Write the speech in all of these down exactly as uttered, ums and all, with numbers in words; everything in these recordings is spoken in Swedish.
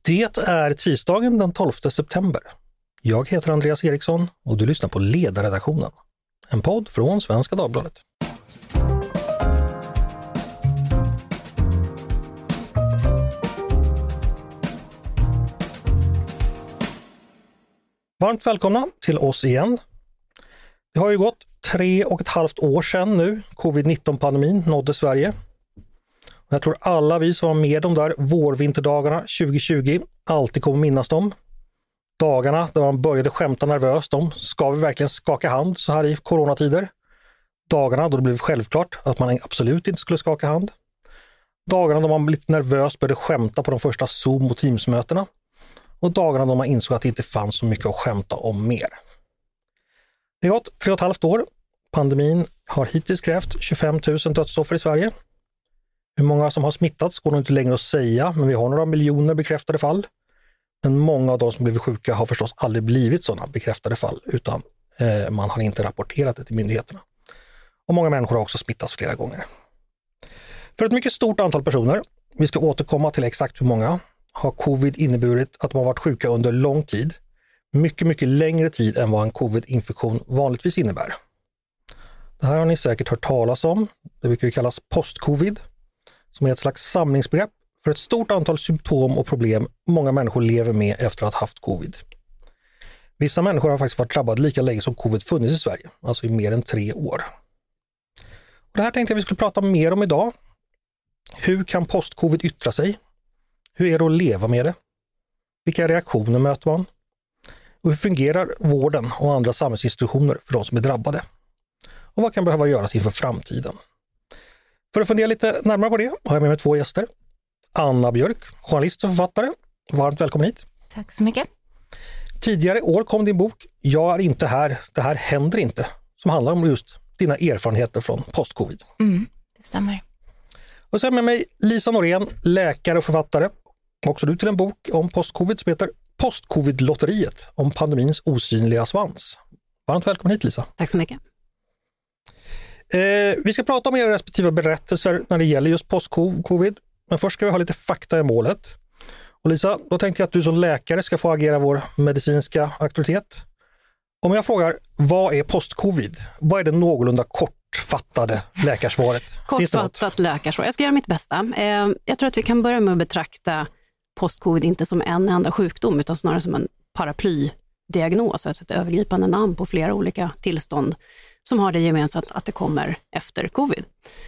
Det är tisdagen den tolfte september. Jag heter Andreas Eriksson och du lyssnar på Ledarredaktionen. En podd från Svenska Dagbladet. Varmt välkomna till oss igen. Det har ju gått tre och ett halvt år sedan nu covid nitton-pandemin nådde Sverige. Jag tror alla vi som var med de där vårvinterdagarna tjugo tjugo alltid kommer minnas dem. Dagarna där man började skämta nervöst om, ska vi verkligen skaka hand så här i coronatider? Dagarna då det blev självklart att man absolut inte skulle skaka hand. Dagarna då man lite nervöst började skämta på de första Zoom- och Teams-mötena. Och dagarna då man insåg att det inte fanns så mycket att skämta om mer. Det har gått tre och ett halvt år. Pandemin har hittills krävt tjugofem tusen dödsoffer i Sverige. Hur många som har smittats går nog inte längre att säga, men vi har några miljoner bekräftade fall. Men många av de som blivit sjuka har förstås aldrig blivit sådana bekräftade fall, utan eh, man har inte rapporterat det till myndigheterna. Och många människor har också smittats flera gånger. För ett mycket stort antal personer, vi ska återkomma till exakt hur många, har covid inneburit att de har varit sjuka under lång tid. Mycket, mycket längre tid än vad en covid-infektion vanligtvis innebär. Det här har ni säkert hört talas om. Det brukar ju kallas post-covid, som är ett slags samlingsbegrepp för ett stort antal symptom och problem många människor lever med efter att ha haft covid. Vissa människor har faktiskt varit drabbade lika länge som covid funnits i Sverige, alltså i mer än tre år. Och det här tänkte jag vi skulle prata mer om idag. Hur kan post-covid yttra sig? Hur är det att leva med det? Vilka reaktioner möter man? Och hur fungerar vården och andra samhällsinstitutioner för de som är drabbade? Och vad kan behöva göras inför framtiden? För att fundera lite närmare på det har jag med mig två gäster. Anna Björk, journalist och författare. Varmt välkommen hit. Tack så mycket. Tidigare i år kom din bok Jag är inte här, det här händer inte, som handlar om just dina erfarenheter från post-covid. Mm, det stämmer. Och sen med mig Lisa Norén, läkare och författare. Också du till en bok om post-covid som heter Post-covid-lotteriet om pandemins osynliga svans. Varmt välkommen hit, Lisa. Tack så mycket. Eh, vi ska prata om era respektive berättelser när det gäller just post-covid. Men först ska vi ha lite fakta i målet. Och Lisa, då tänkte jag att du som läkare ska få agera vår medicinska auktoritet. Om jag frågar, vad är post-covid? Vad är det någorlunda kortfattade läkarsvaret? Kortfattat läkarsvar. Jag ska göra mitt bästa. Eh, jag tror att vi kan börja med att betrakta post-covid inte som en enda sjukdom utan snarare som en paraplydiagnos, alltså ett övergripande namn på flera olika tillstånd som har det gemensamt att det kommer efter covid.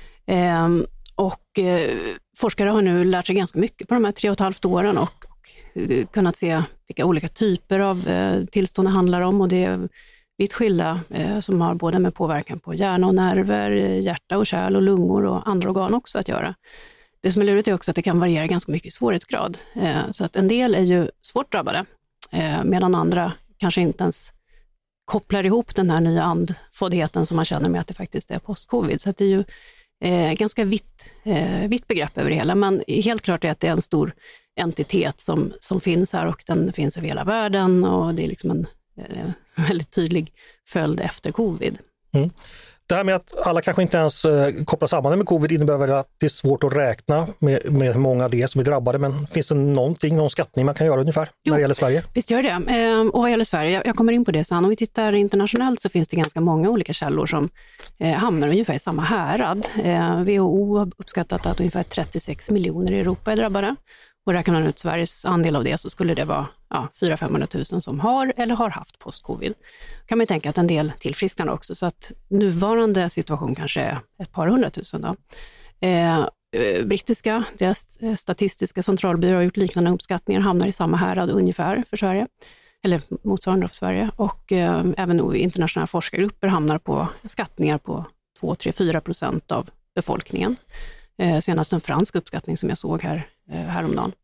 Eh, och eh, forskare har nu lärt sig ganska mycket på de här tre och ett halvt åren och, och kunnat se vilka olika typer av eh, tillstånd det handlar om, och det är vitt skilda eh, som har både med påverkan på hjärna och nerver, hjärta och kärl och lungor och andra organ också att göra. Det som är lurigt är också att det kan variera ganska mycket i svårighetsgrad. Eh, så att en del är ju svårt drabbade eh, medan andra kanske inte ens kopplar ihop den här nya andfåddheten som man känner med att det faktiskt är post-covid. Så att det är ju eh, ganska vitt, eh, vitt begrepp över det hela. Men helt klart är att det är en stor entitet som, som finns här och den finns över hela världen och det är liksom en eh, väldigt tydlig följd efter covid. Mm. Det här med att alla kanske inte ens eh, kopplar samman med covid innebär väl att det är svårt att räkna med, med hur många det är som är drabbade, men finns det någonting, någon skattning man kan göra ungefär jo, när det gäller Sverige? Visst gör det. Eh, och vad gäller Sverige, jag, jag kommer in på det sen. Om vi tittar internationellt så finns det ganska många olika källor som eh, hamnar ungefär i samma härad. Eh, W H O har uppskattat att ungefär trettiosex miljoner i Europa är drabbade. Och räknar man ut Sveriges andel av det så skulle det vara ja, fyra till femhundra tusen som har eller har haft post-covid. Kan man ju tänka att en del tillfrisknar också, så att nuvarande situation kanske är ett par hundratusen då. Eh, brittiska, deras statistiska centralbyrå har gjort liknande uppskattningar, hamnar i samma härad ungefär för Sverige, eller motsvarande för Sverige. Och eh, även internationella forskargrupper hamnar på skattningar på två, tre, fyra procent av befolkningen. Eh, senast en fransk uppskattning som jag såg här eh, häromdagen.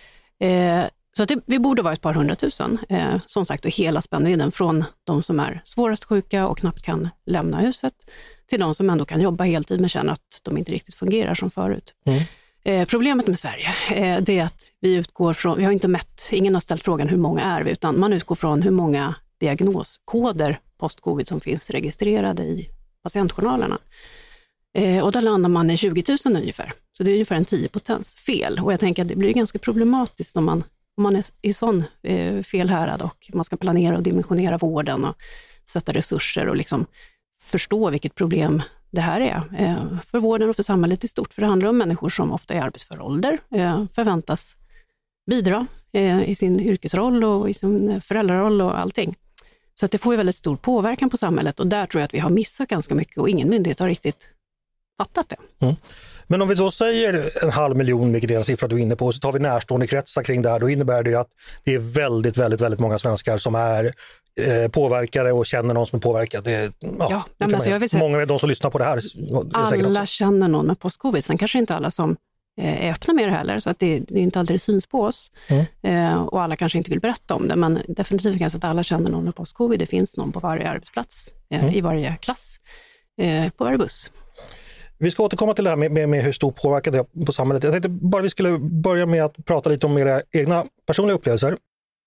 Eh, så att det, vi borde vara ett par hundratusen. Eh, som sagt, och hela spännvidden från de som är svårast sjuka och knappt kan lämna huset till de som ändå kan jobba heltid men känner att de inte riktigt fungerar som förut. Mm. Eh, problemet med Sverige eh, det är att vi utgår från, vi har inte mätt, ingen har ställt frågan hur många är vi, utan man utgår från hur många diagnoskoder post-covid som finns registrerade i patientjournalerna. Eh, och där landar man i tjugo tusen ungefär. Så det är ungefär en tio potens fel. Och jag tänker att det blir ganska problematiskt om man om man är i sån eh, felhärad och man ska planera och dimensionera vården och sätta resurser och liksom förstå vilket problem det här är eh, för vården och för samhället i stort. För det handlar om människor som ofta är arbetsför ålder, eh, förväntas bidra eh, i sin yrkesroll och i sin föräldraroll och allting. Så att det får ju väldigt stor påverkan på samhället och där tror jag att vi har missat ganska mycket och ingen myndighet har riktigt fattat det. Mm. Men om vi då säger en halv miljon, vilket är en siffra du är inne på, så tar vi närstående kretsar kring det här, då innebär det ju att det är väldigt, väldigt, väldigt många svenskar som är eh, påverkade och känner någon som är påverkad. Det är, ja, ja, det alltså jag vill säga, många av de som lyssnar på det här. Det alla känner någon med post-covid, sen kanske inte alla som är öppna med det heller, så att det, det är inte alltid det syns på oss. Mm. Eh, och alla kanske inte vill berätta om det, men definitivt kanske att alla känner någon med post-covid. Det finns någon på varje arbetsplats, eh, mm. i varje klass, eh, på varje buss. Vi ska återkomma till det här med, med, med hur stor påverkan det är på samhället. Jag tänkte bara vi skulle börja med att prata lite om era egna personliga upplevelser.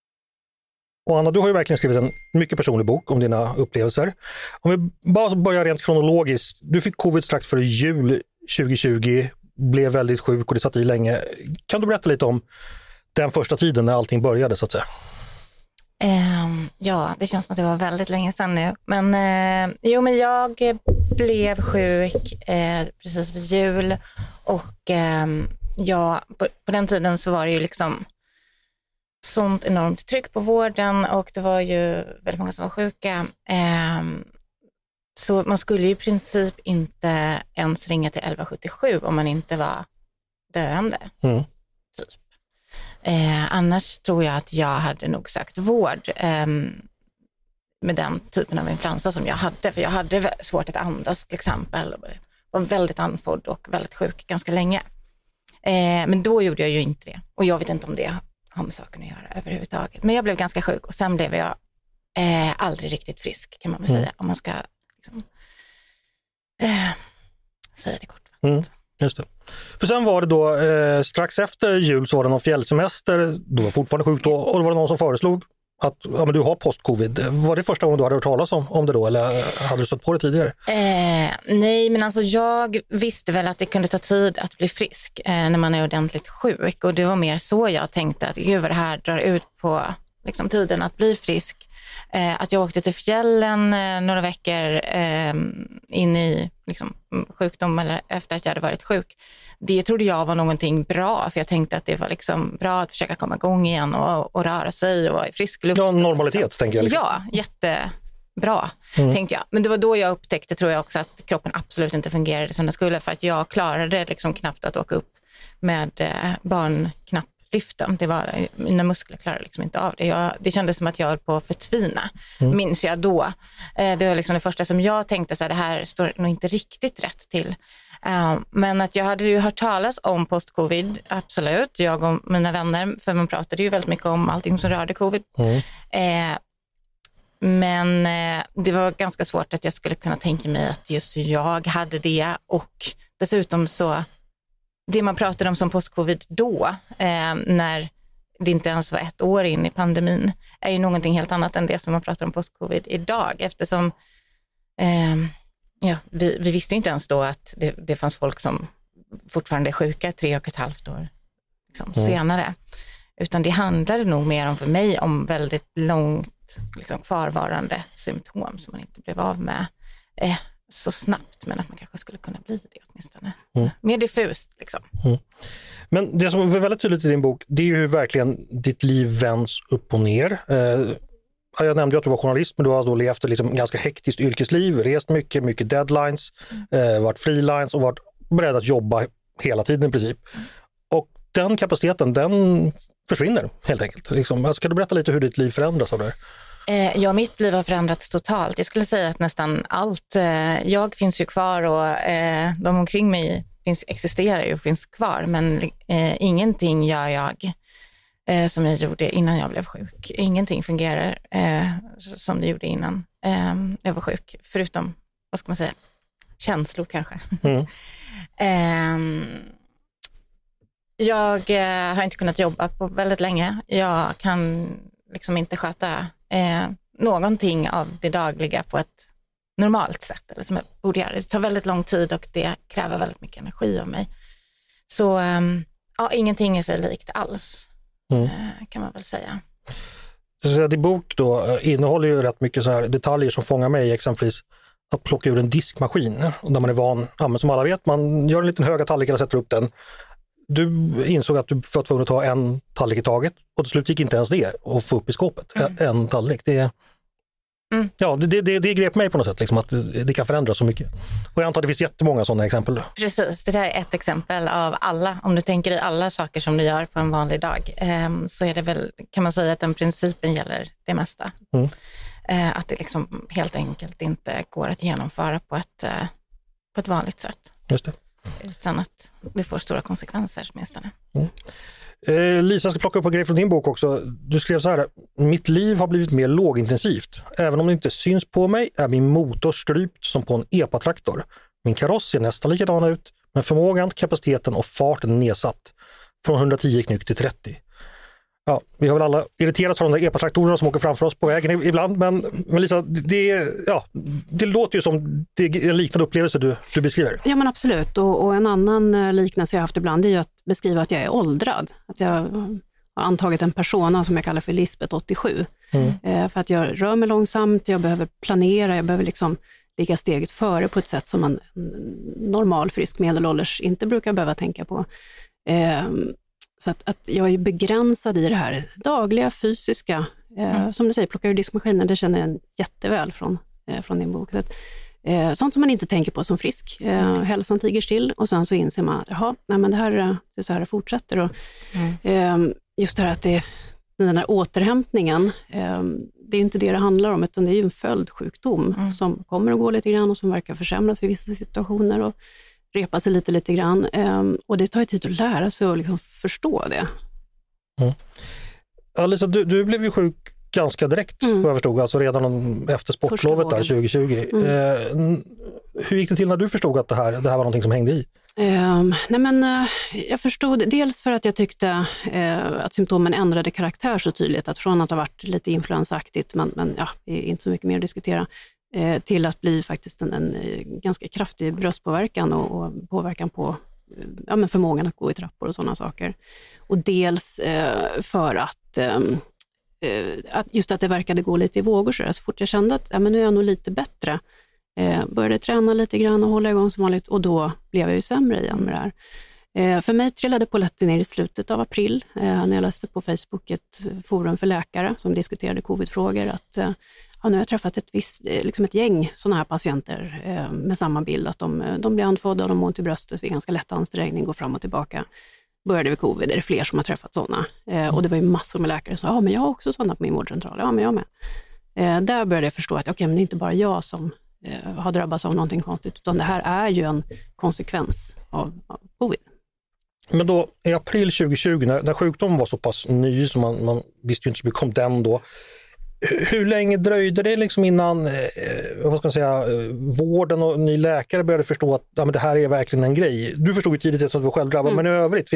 Och Anna, du har ju verkligen skrivit en mycket personlig bok om dina upplevelser. Om vi bara börjar rent kronologiskt. Du fick covid strax före jul tjugo tjugo, blev väldigt sjuk och det satt i länge. Kan du berätta lite om den första tiden när allting började så att säga? Um, ja, det känns som att det var väldigt länge sedan nu. Men, uh, jo, men jag blev sjuk uh, precis vid jul och um, ja, på, på den tiden så var det ju liksom sånt enormt tryck på vården och det var ju väldigt många som var sjuka. Um, så man skulle ju i princip inte ens ringa till elva sjuttiosju om man inte var döende. Mm. Typ. Eh, annars tror jag att jag hade nog sökt vård eh, med den typen av influensa som jag hade. För jag hade svårt att andas till exempel. Var väldigt andfådd och väldigt sjuk ganska länge. Eh, men då gjorde jag ju inte det. Och jag vet inte om det har med saken att göra överhuvudtaget. Men jag blev ganska sjuk och sen blev jag eh, aldrig riktigt frisk kan man väl säga. Mm. Om man ska liksom, eh, säga det kort. Mm. Just det. För sen var det då eh, strax efter jul så var det någon fjällsemester, du var fortfarande sjuk då och det var någon som föreslog att ja, men du har post-covid. Var det första gången du hade hört talas om, om det då eller hade du stått på det tidigare? Eh, nej, men alltså jag visste väl att det kunde ta tid att bli frisk eh, när man är ordentligt sjuk och det var mer så jag tänkte att gud vad det här drar ut på liksom, tiden att bli frisk. Eh, att jag åkte till fjällen eh, några veckor eh, in i liksom, sjukdom eller efter att jag hade varit sjuk. Det trodde jag var någonting bra för jag tänkte att det var liksom bra att försöka komma igång igen och, och röra sig och vara i frisk luft. Ja, normalitet tänker jag. Liksom. Ja, jättebra mm. tänkte jag. Men det var då jag upptäckte tror jag också att kroppen absolut inte fungerade som den skulle för att jag klarade liksom knappt att åka upp med eh, barnknapp. Lyften. Det var, mina muskler klarade liksom inte av det. Jag, det kändes som att jag höll på att förtvina, mm. minns jag då. Eh, det var liksom det första som jag tänkte, så här, det här står nog inte riktigt rätt till. Uh, men att jag hade ju hört talas om post-covid, absolut. Jag och mina vänner, för man pratade ju väldigt mycket om allting som rörde covid. Mm. Eh, men eh, det var ganska svårt att jag skulle kunna tänka mig att just jag hade det. Och dessutom så det man pratade om som post-covid då, eh, när det inte ens var ett år in i pandemin, är ju någonting helt annat än det som man pratar om post-covid idag. Eftersom eh, ja, vi, vi visste inte ens då att det, det fanns folk som fortfarande är sjuka tre och ett halvt år liksom, mm. senare. Utan det handlade nog mer om för mig om väldigt långt liksom, kvarvarande symptom som man inte blev av med eh, så snabbt, men att man kanske skulle kunna bli det åtminstone. Mm. Mer diffust liksom. Mm. Men det som är väldigt tydligt i din bok, det är ju hur verkligen ditt liv vänds upp och ner. Eh, jag nämnde att du var journalist, men du har då levt ett liksom ganska hektiskt yrkesliv, rest mycket, mycket deadlines, eh, varit freelance och varit beredd att jobba hela tiden i princip. Och den kapaciteten, den försvinner helt enkelt. Liksom. Alltså, kan du berätta lite hur ditt liv förändras av det här? Ja, mitt liv har förändrats totalt. Jag skulle säga att nästan allt. Jag finns ju kvar och eh, de omkring mig finns, existerar ju och finns kvar. Men eh, ingenting gör jag eh, som jag gjorde innan jag blev sjuk. Ingenting fungerar eh, som det gjorde innan eh, jag var sjuk. Förutom, vad ska man säga, känslor kanske. Mm. eh, jag eh, har inte kunnat jobba på väldigt länge. Jag kan liksom inte sköta eh, någonting av det dagliga på ett normalt sätt. Eller som jag borde göra. Det tar väldigt lång tid och det kräver väldigt mycket energi av mig. Så eh, ja, ingenting är sig likt alls. mm. kan man väl säga. Så din bok då innehåller ju rätt mycket så här detaljer som fångar mig, exempelvis att plocka ur en diskmaskin där man är van, ja, men som alla vet, man gör en liten höga tallrik och sätter upp den. Du insåg att du var tvungen att ta en tallrik i taget och till slut gick inte ens det och få upp i skåpet. Mm. En tallrik, det Mm. Ja, det, det, det grep mig på något sätt, liksom, att det, det kan förändras så mycket. Och jag antar att det finns jättemånga sådana exempel. Precis, det där är ett exempel av alla. Om du tänker i alla saker som du gör på en vanlig dag, eh, så är det väl, kan man säga att den principen gäller det mesta. Mm. Eh, att det liksom helt enkelt inte går att genomföra på ett, eh, på ett vanligt sätt. Just det. Utan att det får stora konsekvenser åtminstone. Mm. Eh, Lisa ska plocka upp en grej från din bok också. Du skrev så här: mitt liv har blivit mer lågintensivt. Även om det inte syns på mig är min motor strypt som på en E P A-traktor. Min kaross ser nästan likadan ut, men förmågan, kapaciteten och farten är nedsatt. Från hundratio knyck till trettio. Ja, vi har väl alla irriterats av de där E P A-traktorerna som åker framför oss på vägen ibland, men, men Lisa, det, ja, det låter ju som det är en liknande upplevelse du, du beskriver. Ja, men absolut. Och, och en annan liknelse jag haft ibland är ju att beskriva att jag är åldrad. Att jag har antagit en persona som jag kallar för Lisbeth åttiosju. Mm. Eh, för att jag rör mig långsamt, jag behöver planera, jag behöver liksom ligga steget före på ett sätt som en normal frisk medelålders inte brukar behöva tänka på. Eh, Så att, att jag är begränsad i det här dagliga, fysiska. Eh, mm. Som du säger, plocka ur diskmaskinen, det känner jag jätteväl från, eh, från din bok. Så att, eh, sånt som man inte tänker på som frisk. Eh, mm. Hälsan tiger still och sen så inser man att jaha, nej, men det här det är så här det fortsätter. Och, mm. eh, just det här att det, den här återhämtningen, eh, det är inte det det handlar om, utan det är ju en följdsjukdom mm. som kommer och går lite grann och som verkar försämras i vissa situationer och repa sig lite, lite grann. Um, och det tar ju tid att lära sig och liksom förstå det. Mm. Alisa, du, du blev ju sjuk ganska direkt, mm. vad jag förstod, alltså redan efter sportlovet där tjugo tjugo. Mm. Uh, hur gick det till när du förstod att det här, det här var någonting som hängde i? Um, nej men, uh, jag förstod dels för att jag tyckte uh, att symptomen ändrade karaktär så tydligt, att från att ha varit lite influensaktigt, men, men ja, inte så mycket mer att diskutera, till att bli faktiskt en, en ganska kraftig bröstpåverkan och, och påverkan på ja, men förmågan att gå i trappor och sådana saker. Och dels eh, för att, eh, att just att det verkade gå lite i vågor. Så, så fort jag kände att ja, men nu är jag nog lite bättre, eh, började träna lite grann och hålla igång som vanligt, och då blev jag ju sämre igen med det här. Eh, för mig trillade polletten ner i slutet av april eh, när jag läste på Facebook ett forum för läkare som diskuterade covid-frågor, att eh, ja, nu har jag träffat ett, visst, liksom ett gäng sådana här patienter eh, med samma bild, att de, de blir andfådda och de har ont i bröstet vid ganska lätt ansträngning, går fram och tillbaka. Började vid covid, är det fler som har träffat sådana. Eh, och det var ju massor med läkare som sa, ja men jag har också sådana på min vårdcentral, ja men jag med. Eh, där började jag förstå att okay, men det är inte bara jag som eh, har drabbats av någonting konstigt, utan det här är ju en konsekvens av, av covid. Men då i april tjugo tjugo, när, när sjukdomen var så pass ny, så man, man visste ju inte så mycket om den då, hur länge dröjde det liksom innan eh, vad ska man säga, vården och ny läkare började förstå att ja, men det här är verkligen en grej? Du förstod ju tidigt att du var själv drabbad, mm. men i övrigt,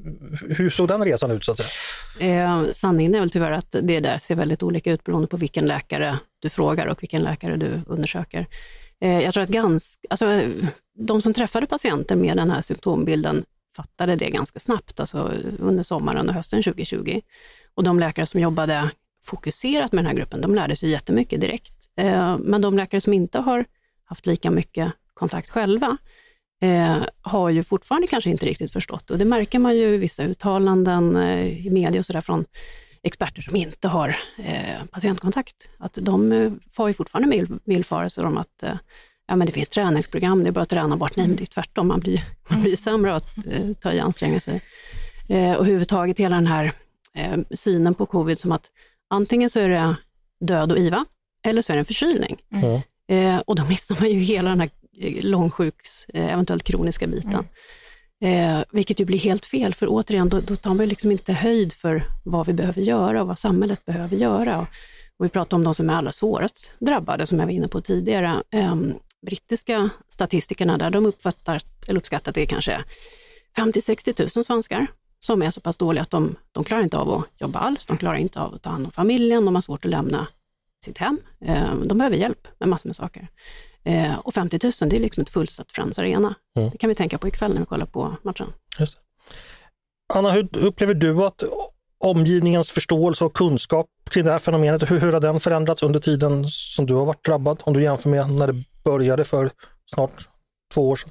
hur såg den resan ut så att säga? Eh, sanningen är väl tyvärr att det där ser väldigt olika ut beroende på vilken läkare du frågar och vilken läkare du undersöker. Eh, jag tror att ganska, alltså, de som träffade patienter med den här symptombilden fattade det ganska snabbt, alltså under sommaren och hösten tjugo tjugo. Och de läkare som jobbade fokuserat med den här gruppen, de lärde sig jättemycket direkt. Eh, men de läkare som inte har haft lika mycket kontakt själva eh, har ju fortfarande kanske inte riktigt förstått. Och det märker man ju i vissa uttalanden eh, i media och sådär från experter som inte har eh, patientkontakt. Att de eh, får ju fortfarande mil, milfarelser om att eh, ja, men det finns träningsprogram, det är bara att träna bort. Nej, men det är tvärtom, man blir, man blir sämre av att eh, ta i anstränga sig. Eh, och överhuvudtaget hela den här eh, synen på covid som att antingen så är det död och I V A eller så är det en förkylning. Mm. Eh, och då missar man ju hela den här långsjuks, eh, eventuellt kroniska biten. Mm. Eh, vilket ju blir helt fel, för återigen då, då tar man liksom inte höjd för vad vi behöver göra och vad samhället behöver göra. Och, och vi pratar om de som är allra svårast drabbade, som jag var inne på tidigare. Eh, brittiska statistikerna där, de uppfattar, eller uppskattar att det är kanske femtio till sextio tusen svenskar som är så pass dåliga att de, de klarar inte av att jobba alls, de klarar inte av att ta hand om familjen, de har svårt att lämna sitt hem, eh, de behöver hjälp med massor med saker. Eh, och femtio tusen, det är liksom ett fullsatt Friends Arena. Mm. Det kan vi tänka på ikväll när vi kollar på matchen. Just det. Anna, hur upplever du att omgivningens förståelse och kunskap kring det här fenomenet, hur, hur har den förändrats under tiden som du har varit drabbad? Om du jämför med när det började för snart två år sedan.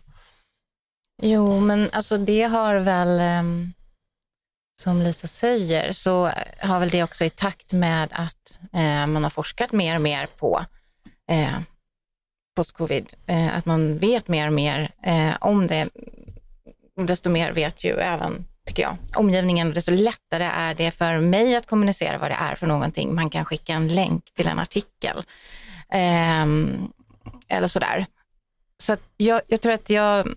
Jo, men alltså det har väl, um, som Lisa säger, så har väl det också i takt med att uh, man har forskat mer och mer på uh, post-covid. Uh, att man vet mer och mer uh, om det. Desto mer vet ju även, tycker jag, omgivningen, och desto lättare är det för mig att kommunicera vad det är för någonting. Man kan skicka en länk till en artikel eh, eller sådär. Så att jag, jag tror att jag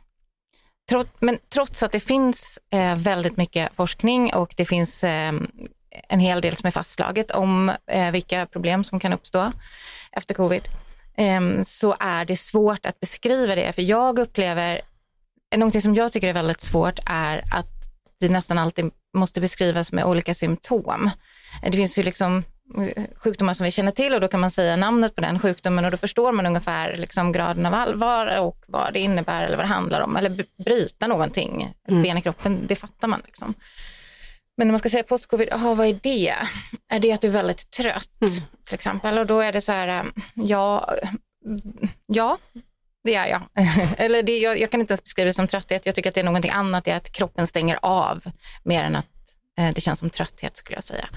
trots, men trots att det finns eh, väldigt mycket forskning och det finns eh, en hel del som är fastslaget om eh, vilka problem som kan uppstå efter covid, eh, så är det svårt att beskriva det. För jag upplever någonting som jag tycker är väldigt svårt är att det nästan alltid måste beskrivas med olika symptom. Det finns ju liksom sjukdomar som vi känner till och då kan man säga namnet på den sjukdomen och då förstår man ungefär liksom graden av allvar och vad det innebär eller vad det handlar om. Eller bryta någonting, ett ben i kroppen, det fattar man liksom. Men när man ska säga post-covid, aha, vad är det? Är det att du är väldigt trött mm. till exempel? Och då är det så här, ja, ja, det är jag. Eller det, jag, jag kan inte ens beskriva det som trötthet. Jag tycker att det är någonting annat. Det är att kroppen stänger av mer än att eh, det känns som trötthet, skulle jag säga.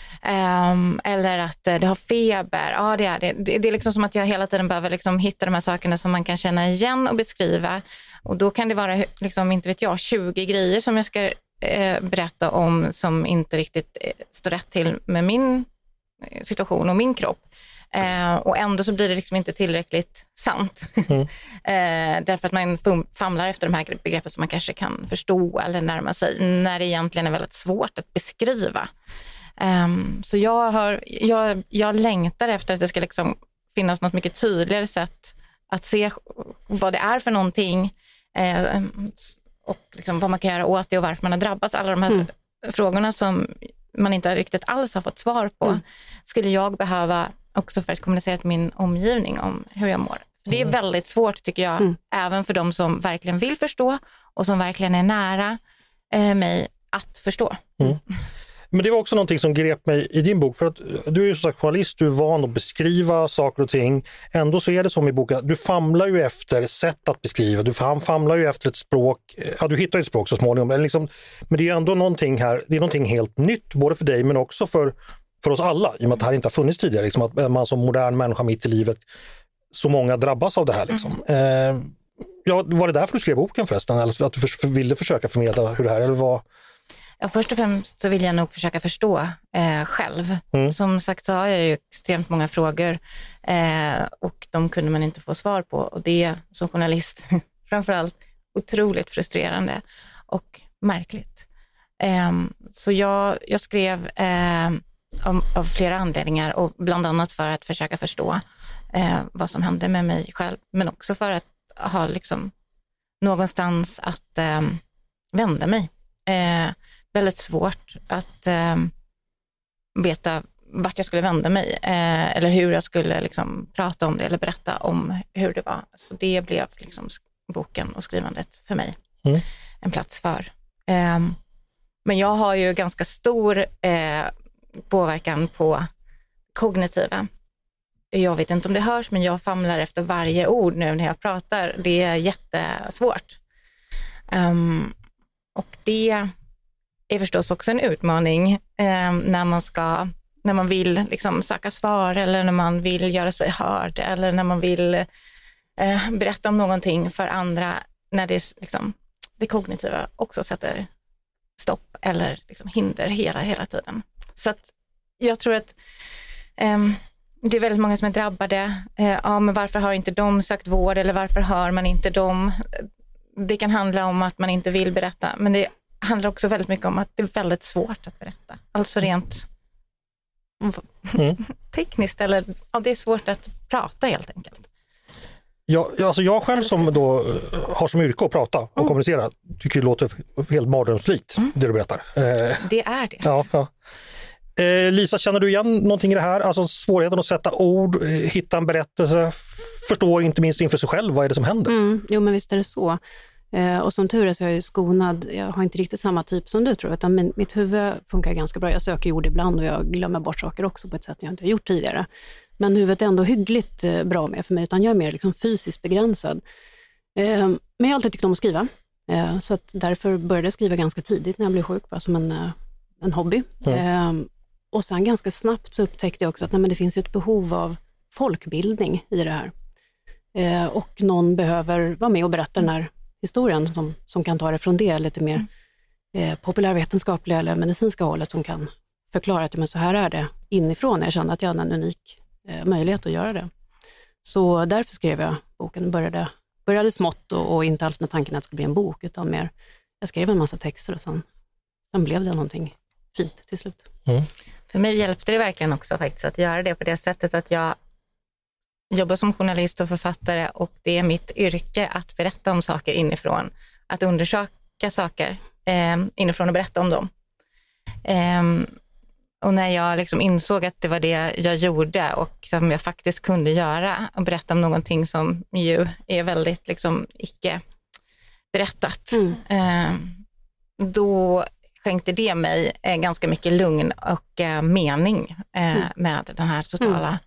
Um, eller att eh, det har feber. Ja, det är det. det. Det är liksom som att jag hela tiden behöver liksom hitta de här sakerna som man kan känna igen och beskriva. Och då kan det vara, liksom, inte vet jag, tjugo grejer som jag ska eh, berätta om som inte riktigt eh, står rätt till med min situation och min kropp. Eh, och ändå så blir det liksom inte tillräckligt sant. Mm. eh, därför att man famlar efter de här begreppen som man kanske kan förstå eller närma sig, när det egentligen är väldigt svårt att beskriva. Eh, så jag, har, jag, jag längtar efter att det ska liksom finnas något mycket tydligare sätt att se vad det är för någonting eh, och liksom vad man kan göra åt det och varför man har drabbats. Alla de här mm. frågorna som man inte riktigt alls har fått svar på mm. skulle jag behöva också för att kommunicera till min omgivning om hur jag mår. Det är väldigt svårt, tycker jag, mm. även för de som verkligen vill förstå och som verkligen är nära eh, mig att förstå. Mm. Men det var också någonting som grep mig i din bok, för att du är ju som sagt journalist, du är van att beskriva saker och ting. Ändå så är det som i boken, du famlar ju efter sätt att beskriva, du famlar ju efter ett språk, ja du hittar ju ett språk så småningom, men, liksom, men det är ändå någonting här, det är någonting helt nytt, både för dig men också för för oss alla, i och med att det här inte har funnits tidigare, liksom, att man som modern människa mitt i livet, så många drabbas av det här. Liksom. Mm. Eh, ja, var det därför du skrev boken förresten? Eller att du för, ville försöka förmedla hur det här, eller vad? Ja, först och främst så vill jag nog försöka förstå eh, själv. Mm. Som sagt så har jag ju extremt många frågor eh, och de kunde man inte få svar på. Och det är som journalist framförallt otroligt frustrerande och märkligt. Eh, så jag, jag skrev eh, Av, av flera anledningar och bland annat för att försöka förstå eh, vad som hände med mig själv, men också för att ha liksom någonstans att eh, vända mig. Eh, väldigt svårt att eh, veta vart jag skulle vända mig eh, eller hur jag skulle liksom prata om det eller berätta om hur det var. Så det blev liksom boken och skrivandet för mig mm. en plats för. Eh, men jag har ju ganska stor eh, påverkan på kognitiva. Jag vet inte om det hörs, men jag famlar efter varje ord nu när jag pratar. Det är jättesvårt. Um, och det är förstås också en utmaning um, när man ska, när man vill liksom söka svar eller när man vill göra sig hörd eller när man vill uh, berätta om någonting för andra, när det, liksom, det kognitiva också sätter stopp eller liksom hinder hela, hela tiden. Så att jag tror att um, det är väldigt många som är drabbade. Uh, ja, men varför har inte de sökt vård eller varför hör man inte dem? Det kan handla om att man inte vill berätta, men det handlar också väldigt mycket om att det är väldigt svårt att berätta. Alltså rent mm. tekniskt, eller ja, det är svårt att prata helt enkelt. Ja, alltså jag själv som då har som yrke att prata och mm. kommunicera tycker det låter helt mardrömslikt mm. det du berättar. Det är det. Ja, ja. Eh, Lisa, känner du igen någonting i det här? Alltså svårigheten att sätta ord, hitta en berättelse, förstå inte minst inför sig själv vad är det som händer? Mm, jo, men visst är det så. Eh, och som tur är så är jag ju skonad, jag har inte riktigt samma typ som du tror, utan min, mitt huvud funkar ganska bra. Jag söker ord ibland och jag glömmer bort saker också på ett sätt jag inte har gjort tidigare. Men huvudet är ändå hyggligt eh, bra med för mig, utan jag är mer liksom fysiskt begränsad. Eh, men jag har alltid tyckt om att skriva, eh, så att därför började jag skriva ganska tidigt när jag blev sjuk, bara som en, eh, en hobby. Mm. Eh, och sen ganska snabbt så upptäckte jag också att nej, men det finns ett behov av folkbildning i det här. Eh, och någon behöver vara med och berätta den här historien som, som kan ta det från det lite mer eh, populärvetenskapliga eller medicinska hållet, som kan förklara att men så här är det inifrån. Jag kände att jag hade en unik eh, möjlighet att göra det. Så därför skrev jag boken. Började, började smått och, och inte alls med tanken att det skulle bli en bok, utan mer, jag skrev en massa texter och sen, sen blev det någonting fint till slut. Mm. För mig hjälpte det verkligen också faktiskt att göra det på det sättet att jag jobbar som journalist och författare, och det är mitt yrke att berätta om saker inifrån. Att undersöka saker eh, inifrån och berätta om dem. Eh, och när jag liksom insåg att det var det jag gjorde och som jag faktiskt kunde göra, och berätta om någonting som ju är väldigt liksom icke berättat, mm. eh, då skänkte det mig eh, ganska mycket lugn och eh, mening eh, mm. med den här totala mm.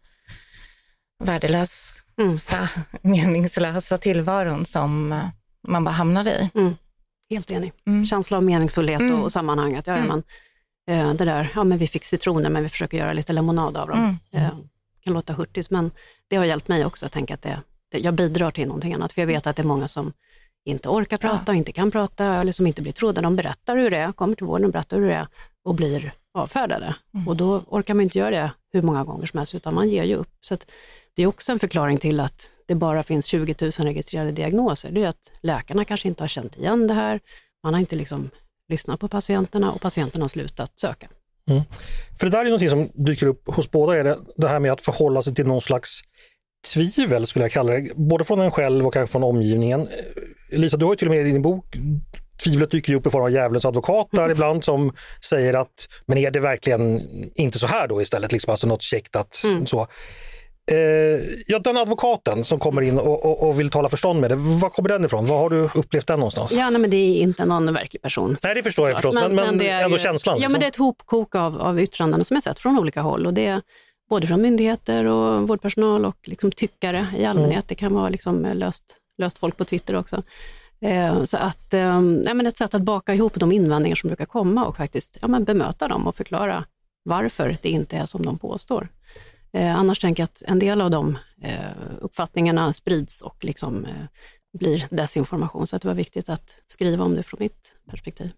värdelösa, mm. meningslösa tillvaron som uh, man bara hamnade i. Mm. Helt enig. Mm. Känsla av meningsfullhet mm. och, och sammanhanget. Ja, mm. man, uh, det där, ja men vi fick citroner men vi försöker göra lite lemonad av dem. Mm. Uh, kan låta hurtigt, men det har hjälpt mig också att tänka att det, det, jag bidrar till någonting annat. För jag vet att det är många som inte orkar prata ja. och inte kan prata, eller som inte blir trodda. De berättar hur det är, kommer till vården och berättar hur det är och blir avfärdade. Mm. Och då orkar man inte göra det hur många gånger som helst, utan man ger ju upp. Så att det är också en förklaring till att det bara finns tjugo tusen registrerade diagnoser. Det är att läkarna kanske inte har känt igen det här. Man har inte liksom lyssnat på patienterna och patienterna har slutat söka. Mm. För det där är något som dyker upp hos båda, är det, det här med att förhålla sig till någon slags tvivel, skulle jag kalla det. Både från en själv och kanske från omgivningen. Lisa, du har ju till och med i din bok, tvivlet dyker ju upp i form av djävulens advokat där mm. ibland, som säger att, men är det verkligen inte så här då istället? Liksom, alltså något käckt att mm. så. Eh, ja, den advokaten som kommer in och, och, och vill tala förstånd med det, var kommer den ifrån? Var har du upplevt den någonstans? Ja, nej, men det är inte någon verklig person. Nej, det förstår jag förstås, men, men, men det är ändå ju, känslan. Ja, liksom. men det är ett hopkok av, av yttranden som jag sett från olika håll, och det är både från myndigheter och vårdpersonal och liksom tyckare i allmänhet. Mm. Det kan vara liksom löst, löst folk på Twitter också. Eh, så att, eh, nej, men ett sätt att baka ihop de invändningar som brukar komma och faktiskt ja, men bemöta dem och förklara varför det inte är som de påstår. Eh, annars tänker jag att en del av de eh, uppfattningarna sprids och liksom, eh, blir desinformation. Så att det var viktigt att skriva om det från mitt perspektiv.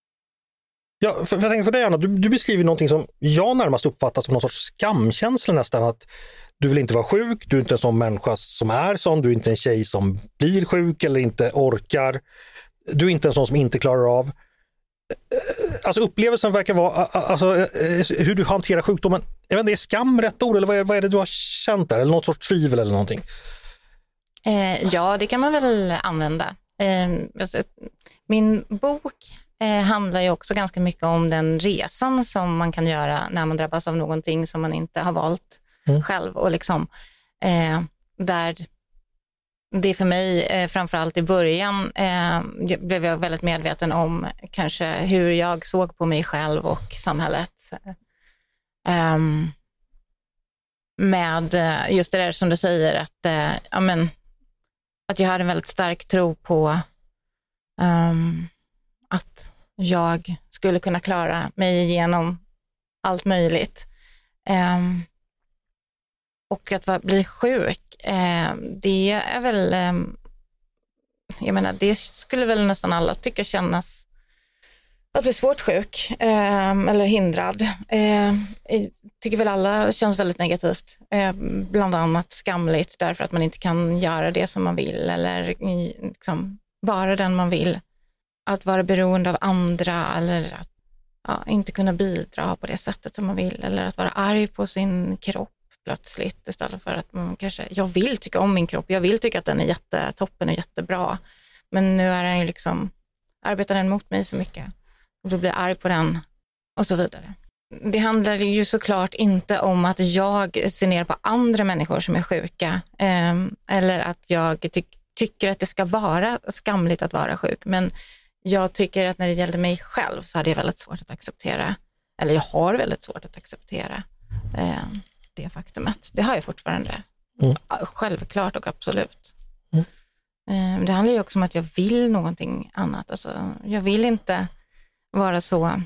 Ja, för, för jag tänker för dig Anna, du, du beskriver någonting som jag närmast uppfattar som någon sorts skamkänsla nästan. Att du vill inte vara sjuk, du är inte en sån människa som är sån, du är inte en tjej som blir sjuk eller inte orkar. Du är inte en sån som inte klarar av. Alltså upplevelsen verkar vara alltså, hur du hanterar sjukdomen. Jag vet inte, är skam rätt ord eller vad är, vad är det du har känt där? Eller något sorts tvivel eller någonting? Eh, ja, det kan man väl använda. Eh, alltså, min bok eh, handlar ju också ganska mycket om den resan som man kan göra när man drabbas av någonting som man inte har valt mm. själv. Och liksom, eh, där det för mig, eh, framförallt i början, eh, blev jag väldigt medveten om kanske hur jag såg på mig själv och samhället. Eh, med just det där som du säger, att, eh, ja, men, att jag hade en väldigt stark tro på um, att jag skulle kunna klara mig igenom allt möjligt. Um, och att vara, bli sjuk, um, det är väl, um, jag menar, det skulle väl nästan alla tycka kännas att bli svårt sjuk um, eller hindrad. Um, jag tycker väl alla känns väldigt negativt. Um, bland annat skamligt därför att man inte kan göra det som man vill eller liksom, vara den man vill. Att vara beroende av andra eller att ja, inte kunna bidra på det sättet som man vill, eller att vara arg på sin kropp plötsligt istället för att man kanske, jag vill tycka om min kropp, jag vill tycka att den är jättetoppen och jättebra, men nu är den ju liksom, arbetar den mot mig så mycket och då blir jag arg på den och så vidare. Det handlar ju såklart inte om att jag ser ner på andra människor som är sjuka eh, eller att jag tycker tycker att det ska vara skamligt att vara sjuk. Men jag tycker att när det gällde mig själv så hade jag väldigt svårt att acceptera, eller jag har väldigt svårt att acceptera eh, det faktumet. Det har jag fortfarande. Mm. Självklart och absolut. Mm. Eh, det handlar ju också om att jag vill någonting annat. Alltså, jag vill inte vara så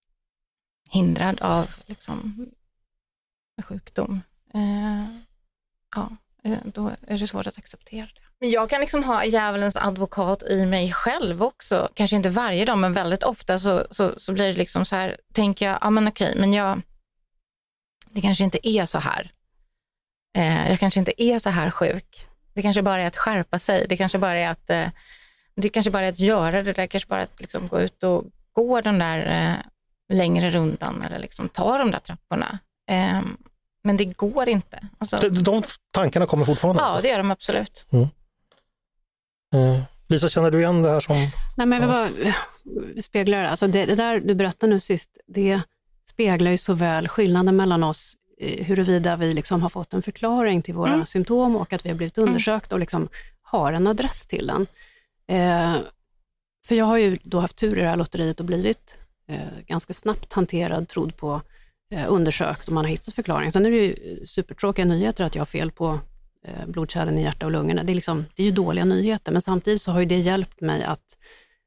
hindrad av liksom, sjukdom. Eh, ja, då är det svårt att acceptera det. Men jag kan liksom ha djävulens advokat i mig själv också. Kanske inte varje dag, men väldigt ofta så, så, så blir det liksom så här, tänker jag, ja men okej, men jag, det kanske inte är så här. Eh, jag kanske inte är så här sjuk. Det kanske bara är att skärpa sig. Det kanske bara är att, eh, det kanske bara är att göra det där. Kanske bara att liksom gå ut och gå den där eh, längre rundan eller liksom ta de där trapporna. Eh, men det går inte. Alltså, de, de tankarna kommer fortfarande? Ja, alltså. Det gör de absolut. Mm. Eh, Lisa, känner du igen det här som... Nej, men jag vill bara spegla det. Alltså det, det där du berättade nu sist, det speglar ju så väl skillnaden mellan oss, huruvida vi liksom har fått en förklaring till våra mm. symptom och att vi har blivit undersökta och liksom har en adress till den. Eh, för jag har ju då haft tur i det här lotteriet och blivit eh, ganska snabbt hanterad, trodd på, eh, undersökt och man har hittat förklaring. Sen är det ju supertråkiga nyheter att jag har fel på eh, blodkärlen i hjärta och lungorna. Det är, liksom, det är ju dåliga nyheter, men samtidigt så har ju det hjälpt mig att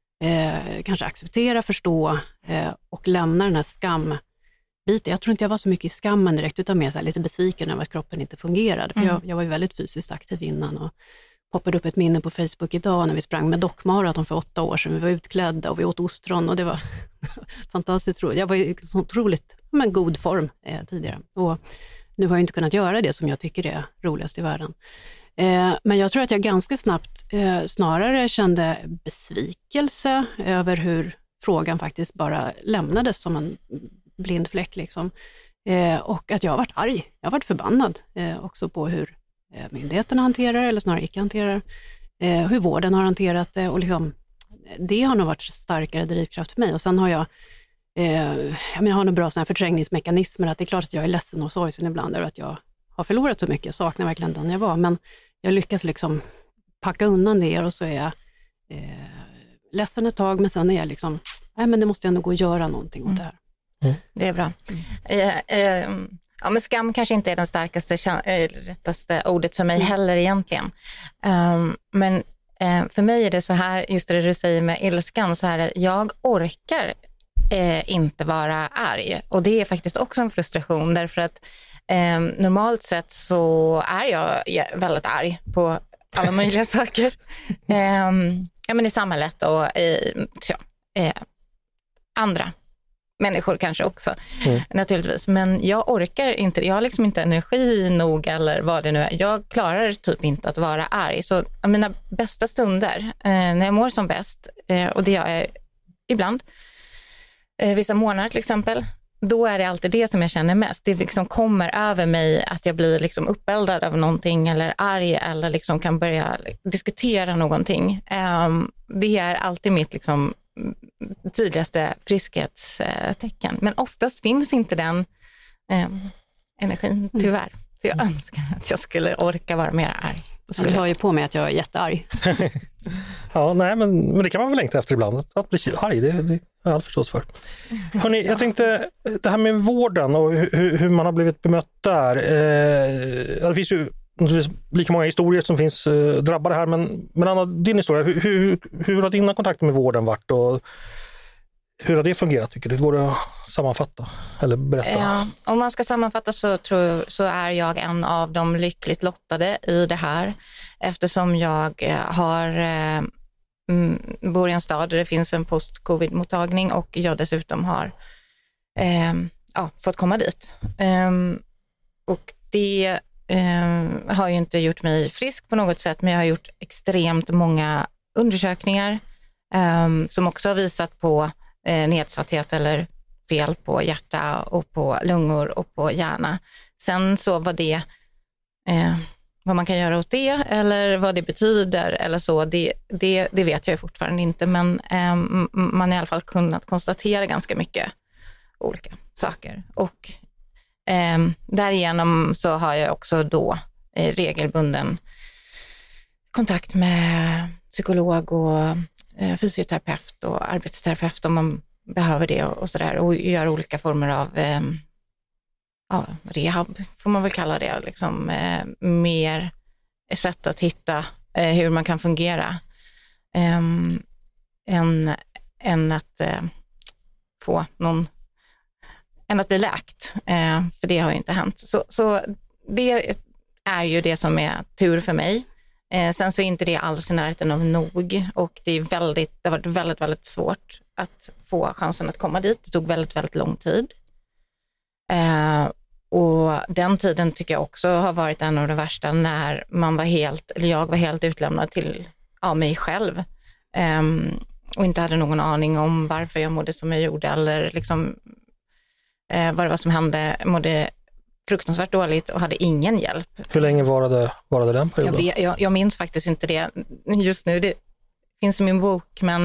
eh, kanske acceptera, förstå eh, och lämna den här skam biten. Jag tror inte jag var så mycket i skammen direkt, utan mer så här lite besviken över att kroppen inte fungerade. För mm. jag, jag var ju väldigt fysiskt aktiv innan och poppade upp ett minne på Facebook idag när vi sprang med dockmaraton för åtta år sedan. Vi var utklädda och vi åt ostron och det var fantastiskt roligt. Jag var i så otroligt men, god form eh, tidigare. Och nu har jag inte kunnat göra det som jag tycker är roligast i världen. Eh, men jag tror att jag ganska snabbt eh, snarare kände besvikelse över hur frågan faktiskt bara lämnades som en blind fläck liksom. Eh, och att jag har varit arg. Jag har varit förbannad eh, också på hur eh, myndigheterna hanterar, eller snarare icke hanterar, eh, hur vården har hanterat det. Och liksom, det har nog varit starkare drivkraft för mig. Och sen har jag, eh, jag menar, har nog bra såna här förträngningsmekanismer. Att det är klart att jag är ledsen och sorgsen ibland över att jag har förlorat så mycket. Jag saknar verkligen den jag var. Men jag lyckas liksom packa undan det och så är jag eh, ledsen ett tag. Men sen är jag liksom, nej men det måste ändå gå och göra någonting åt det här. Mm. Det är bra. Mm. Eh, eh, ja, men skam kanske inte är den starkaste, eh, rättaste ordet för mig mm. heller egentligen. Um, men eh, för mig är det så här, just det du säger med ilskan, så här, jag orkar eh, inte vara arg. Och det är faktiskt också en frustration, därför att eh, normalt sett så är jag väldigt arg på alla möjliga saker. Eh, ja, men i samhället och i så, eh, andra människor kanske också, mm. naturligtvis. Men jag orkar inte, jag har liksom inte energi nog eller vad det nu är. Jag klarar typ inte att vara arg. Så mina bästa stunder, eh, när jag mår som bäst, eh, och det gör jag ibland, eh, vissa månader till exempel, då är det alltid det som jag känner mest. Det liksom kommer över mig att jag blir liksom uppeldad av någonting eller arg eller liksom kan börja diskutera någonting. Eh, det är alltid mitt liksom tydligaste friskhetstecken. Men oftast finns inte den eh, energin, tyvärr. Så jag önskar att jag skulle orka vara mer arg. Så du har ju på mig att jag är jättearg. Ja, nej, men, men det kan man väl längta efter ibland. Att bli arg, det, det har jag all förstås för. Hörrni, jag tänkte, det här med vården och hur, hur man har blivit bemött där. Eh, det finns ju lika många historier som finns eh, drabbade här, men, men Anna, din historia, hur, hur, hur har dina kontakter med vården varit och hur har det fungerat, tycker du? Går det att sammanfatta eller berätta? Ja, om man ska sammanfatta så, tror, så är jag en av de lyckligt lottade i det här, eftersom jag har eh, bor i en stad där det finns en post-covid-mottagning och jag dessutom har eh, ja, fått komma dit. Eh, och det Uh, har ju inte gjort mig frisk på något sätt, men jag har gjort extremt många undersökningar um, som också har visat på uh, nedsatthet eller fel på hjärta och på lungor och på hjärna. Sen så vad det uh, vad man kan göra åt det eller vad det betyder eller så, det, det, det vet jag fortfarande inte, men um, man har i alla fall kunnat konstatera ganska mycket olika saker. Och Eh, därigenom så har jag också då eh, regelbunden kontakt med psykolog och eh, fysioterapeut och arbetsterapeut om man behöver det och, och sådär. Och gör olika former av eh, ja, rehab, får man väl kalla det. Liksom, eh, mer sätt att hitta eh, hur man kan fungera. Eh, än, än att eh, få någon, än att bli läkt. Eh, för det har ju inte hänt. Så, så det är ju det som är tur för mig. Eh, sen så är inte det alls i närheten av nog. Och det, är väldigt, det har varit väldigt, väldigt svårt att få chansen att komma dit. Det tog väldigt, väldigt lång tid. Eh, och den tiden tycker jag också har varit en av de värsta när man var helt, eller jag var helt utlämnad till ja, mig själv. Eh, och inte hade någon aning om varför jag mådde som jag gjorde eller liksom eh, vad det var som hände. Jag mådde fruktansvärt dåligt och hade ingen hjälp. Hur länge varade, varade den perioden? Jag, vet, jag, jag minns faktiskt inte det just nu. Det finns i min bok, men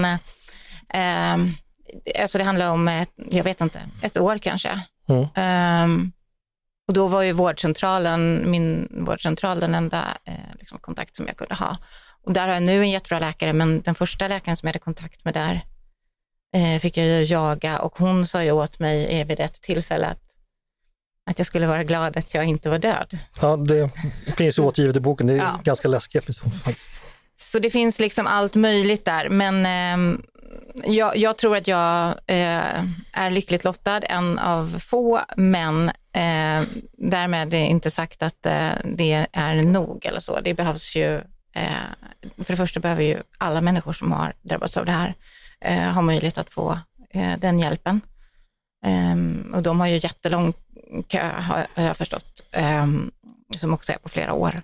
eh, alltså det handlar om, ett, jag vet inte, ett år kanske. Mm. Eh, och då var ju vårdcentralen, min vårdcentral den enda eh, liksom kontakt som jag kunde ha. Och där har jag nu en jättebra läkare, men den första läkaren som jag hade kontakt med där eh, fick jag ju jaga och hon sa ju åt mig vid ett tillfälle att Att jag skulle vara glad att jag inte var död. Ja, det finns ju återgivet i boken. Det är ja. ganska läskigt episod faktiskt. Så det finns liksom allt möjligt där. Men eh, jag, jag tror att jag eh, är lyckligt lottad. En av få, men eh, därmed är inte sagt att eh, det är nog eller så. Det behövs ju, eh, för det första behöver ju alla människor som har drabbats av det här eh, ha möjlighet att få eh, den hjälpen. Um, och de har ju jättelång kö, har jag förstått, um, som också är på flera år.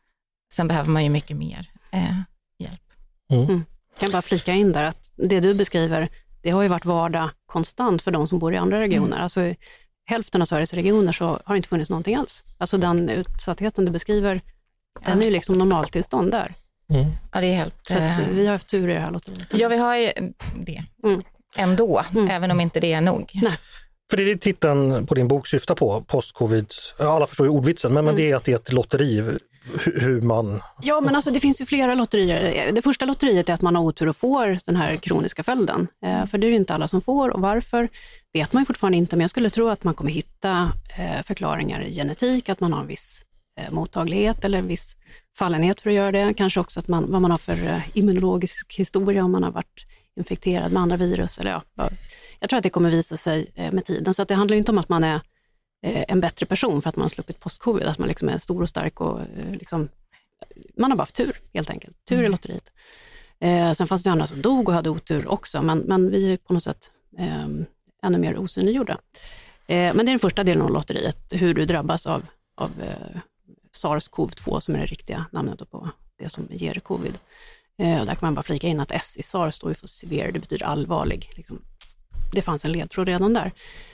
Sen behöver man ju mycket mer uh, hjälp. Mm. Mm. Jag kan bara flika in där att det du beskriver, det har ju varit vardag konstant för de som bor i andra regioner. Mm. Alltså i hälften av Sveriges regioner så har det inte funnits någonting alls. Alltså den utsattheten du beskriver, ja. Den är ju liksom normaltillstånd där. Mm. Ja, det är helt... Så att uh, vi har haft tur i det här lotteriet. Ja, vi har ju det. Mm. Ändå, mm. även om inte det är nog. Nej. För det är titeln på din bok syftar på, post-covid, alla förstår ju ordvitsen, men, mm. men det är att det är ett lotteri, hur man... Ja, men alltså det finns ju flera lotterier. Det första lotteriet är att man har otur och får den här kroniska följden. Eh, för det är ju inte alla som får, och varför vet man ju fortfarande inte, men jag skulle tro att man kommer hitta eh, förklaringar i genetik, att man har en viss eh, mottaglighet eller en viss fallenhet för att göra det. Kanske också att man, vad man har för eh, immunologisk historia, om man har varit infekterad med andra virus. Eller ja, jag tror att det kommer visa sig med tiden. Så att det handlar ju inte om att man är en bättre person för att man har sluppit post-covid. Att man liksom är stor och stark och liksom, man har bara haft tur helt enkelt. Tur i lotteriet. Eh, sen fanns det andra som dog och hade otur också. Men, men vi är på något sätt eh, ännu mer osynliggjorda. Eh, men det är den första delen av lotteriet. Hur du drabbas av, av eh, SARS-CoV två som är det riktiga namnet på det som ger covid. Eh, och där kan man bara flika in att S i SARS står ju för severe, det betyder allvarlig. Liksom. Det fanns en ledtråd redan där.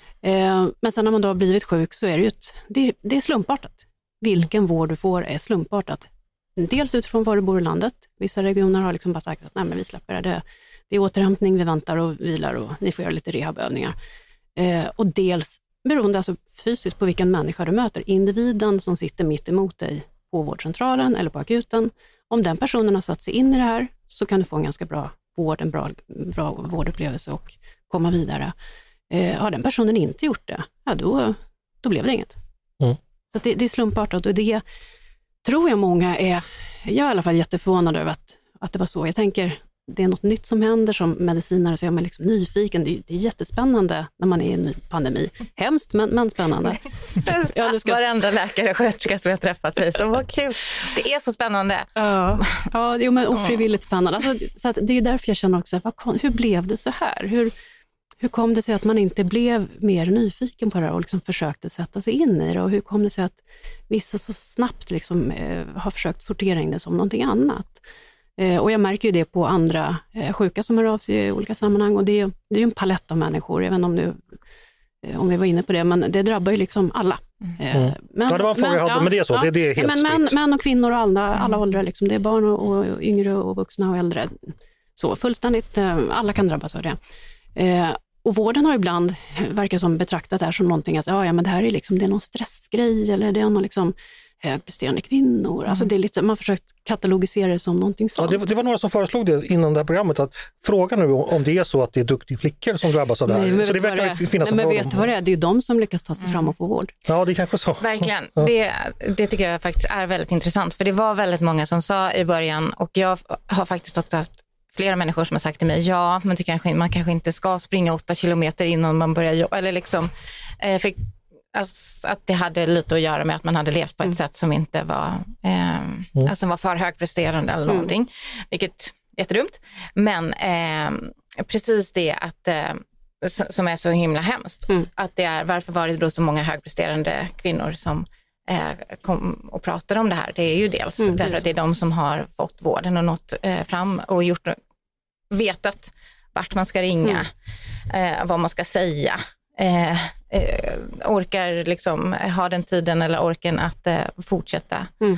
Eh, men sen när man då har blivit sjuk så är det ju ett, det, det är slumpartat. Vilken vård du får är slumpartat. Dels utifrån var du bor i landet. Vissa regioner har liksom bara sagt att nej, men vi släpper det. Det är återhämtning, vi väntar och vilar och ni får göra lite rehabövningar. Eh, och dels beroende alltså fysiskt på vilken människa du möter. Individen som sitter mitt emot dig på vårdcentralen eller på akuten. Om den personen har satt sig in i det här så kan du få en ganska bra vård, en bra, bra vårdupplevelse och komma vidare. Eh, har den personen inte gjort det, ja, då, då blev det inget. Mm. Så det, det är slumpartat och det tror jag många är, jag är i alla fall jätteförvånad över att, att det var så. Jag tänker, det är något nytt som händer som medicinare, så är man liksom nyfiken. Det är, det är jättespännande när man är i en ny pandemi. Hemskt, men, men spännande. Ja, du ska... Varenda läkare och sköterska som jag träffat sig, så vad kul. Det är så spännande. Ja, ja jo, men ofrivilligt spännande. Alltså, så att det är därför jag känner också, vad, hur blev det så här? Hur, hur kom det sig att man inte blev mer nyfiken på det och liksom försökte sätta sig in i det? Och hur kom det sig att vissa så snabbt liksom, eh, har försökt sortera in det som någonting annat? Eh, och jag märker ju det på andra eh, sjuka som hör av sig i olika sammanhang. Och det är, det är ju en palett av människor, även om, nu, eh, om vi var inne på det. Men det drabbar ju liksom alla. Eh, mm. men, ja, det var en fråga jag hade, ja, men det är så. Ja, det, det är helt men, män, män och kvinnor och alla, alla åldrar. Liksom. Det är barn och, och yngre och vuxna och äldre. Så fullständigt, eh, alla kan drabbas av det. Eh, och vården har ibland, verkar som betraktat det här som någonting att ja, ja, men det här är, liksom, det är någon stressgrej eller det är någon liksom, högpresterande kvinnor. Mm. Alltså det är lite, man har försökt katalogisera det som någonting sånt. Ja, det, det var några som föreslog det innan det här programmet, att fråga nu om det är så att det är duktiga flickor som drabbas av det här. Nej, så det verkar det finnas Nej, en men vet du vad det är? Det är ju de som lyckas ta sig Mm. fram och få vård. Ja, det är kanske så. Verkligen. Ja. Det, det tycker jag faktiskt är väldigt intressant. För det var väldigt många som sa i början, och jag har faktiskt också haft flera människor som har sagt till mig, ja, men du kanske, man kanske inte ska springa åtta kilometer innan man börjar jobba. Eller liksom, eh, för, alltså, att det hade lite att göra med att man hade levt på ett mm. sätt som inte var, eh, mm. alltså var för högpresterande eller någonting. Mm. Vilket är jättedumt. Men eh, precis det att eh, som är så himla hemskt. Mm. Att det är, varför var det då så många högpresterande kvinnor som eh, kom och pratade om det här? Det är ju dels mm. därför att det är de som har fått vården och nått eh, fram och gjort, vetat vart man ska ringa, mm. eh, vad man ska säga. Eh, eh, orkar liksom ha den tiden eller orken att eh, fortsätta. Mm.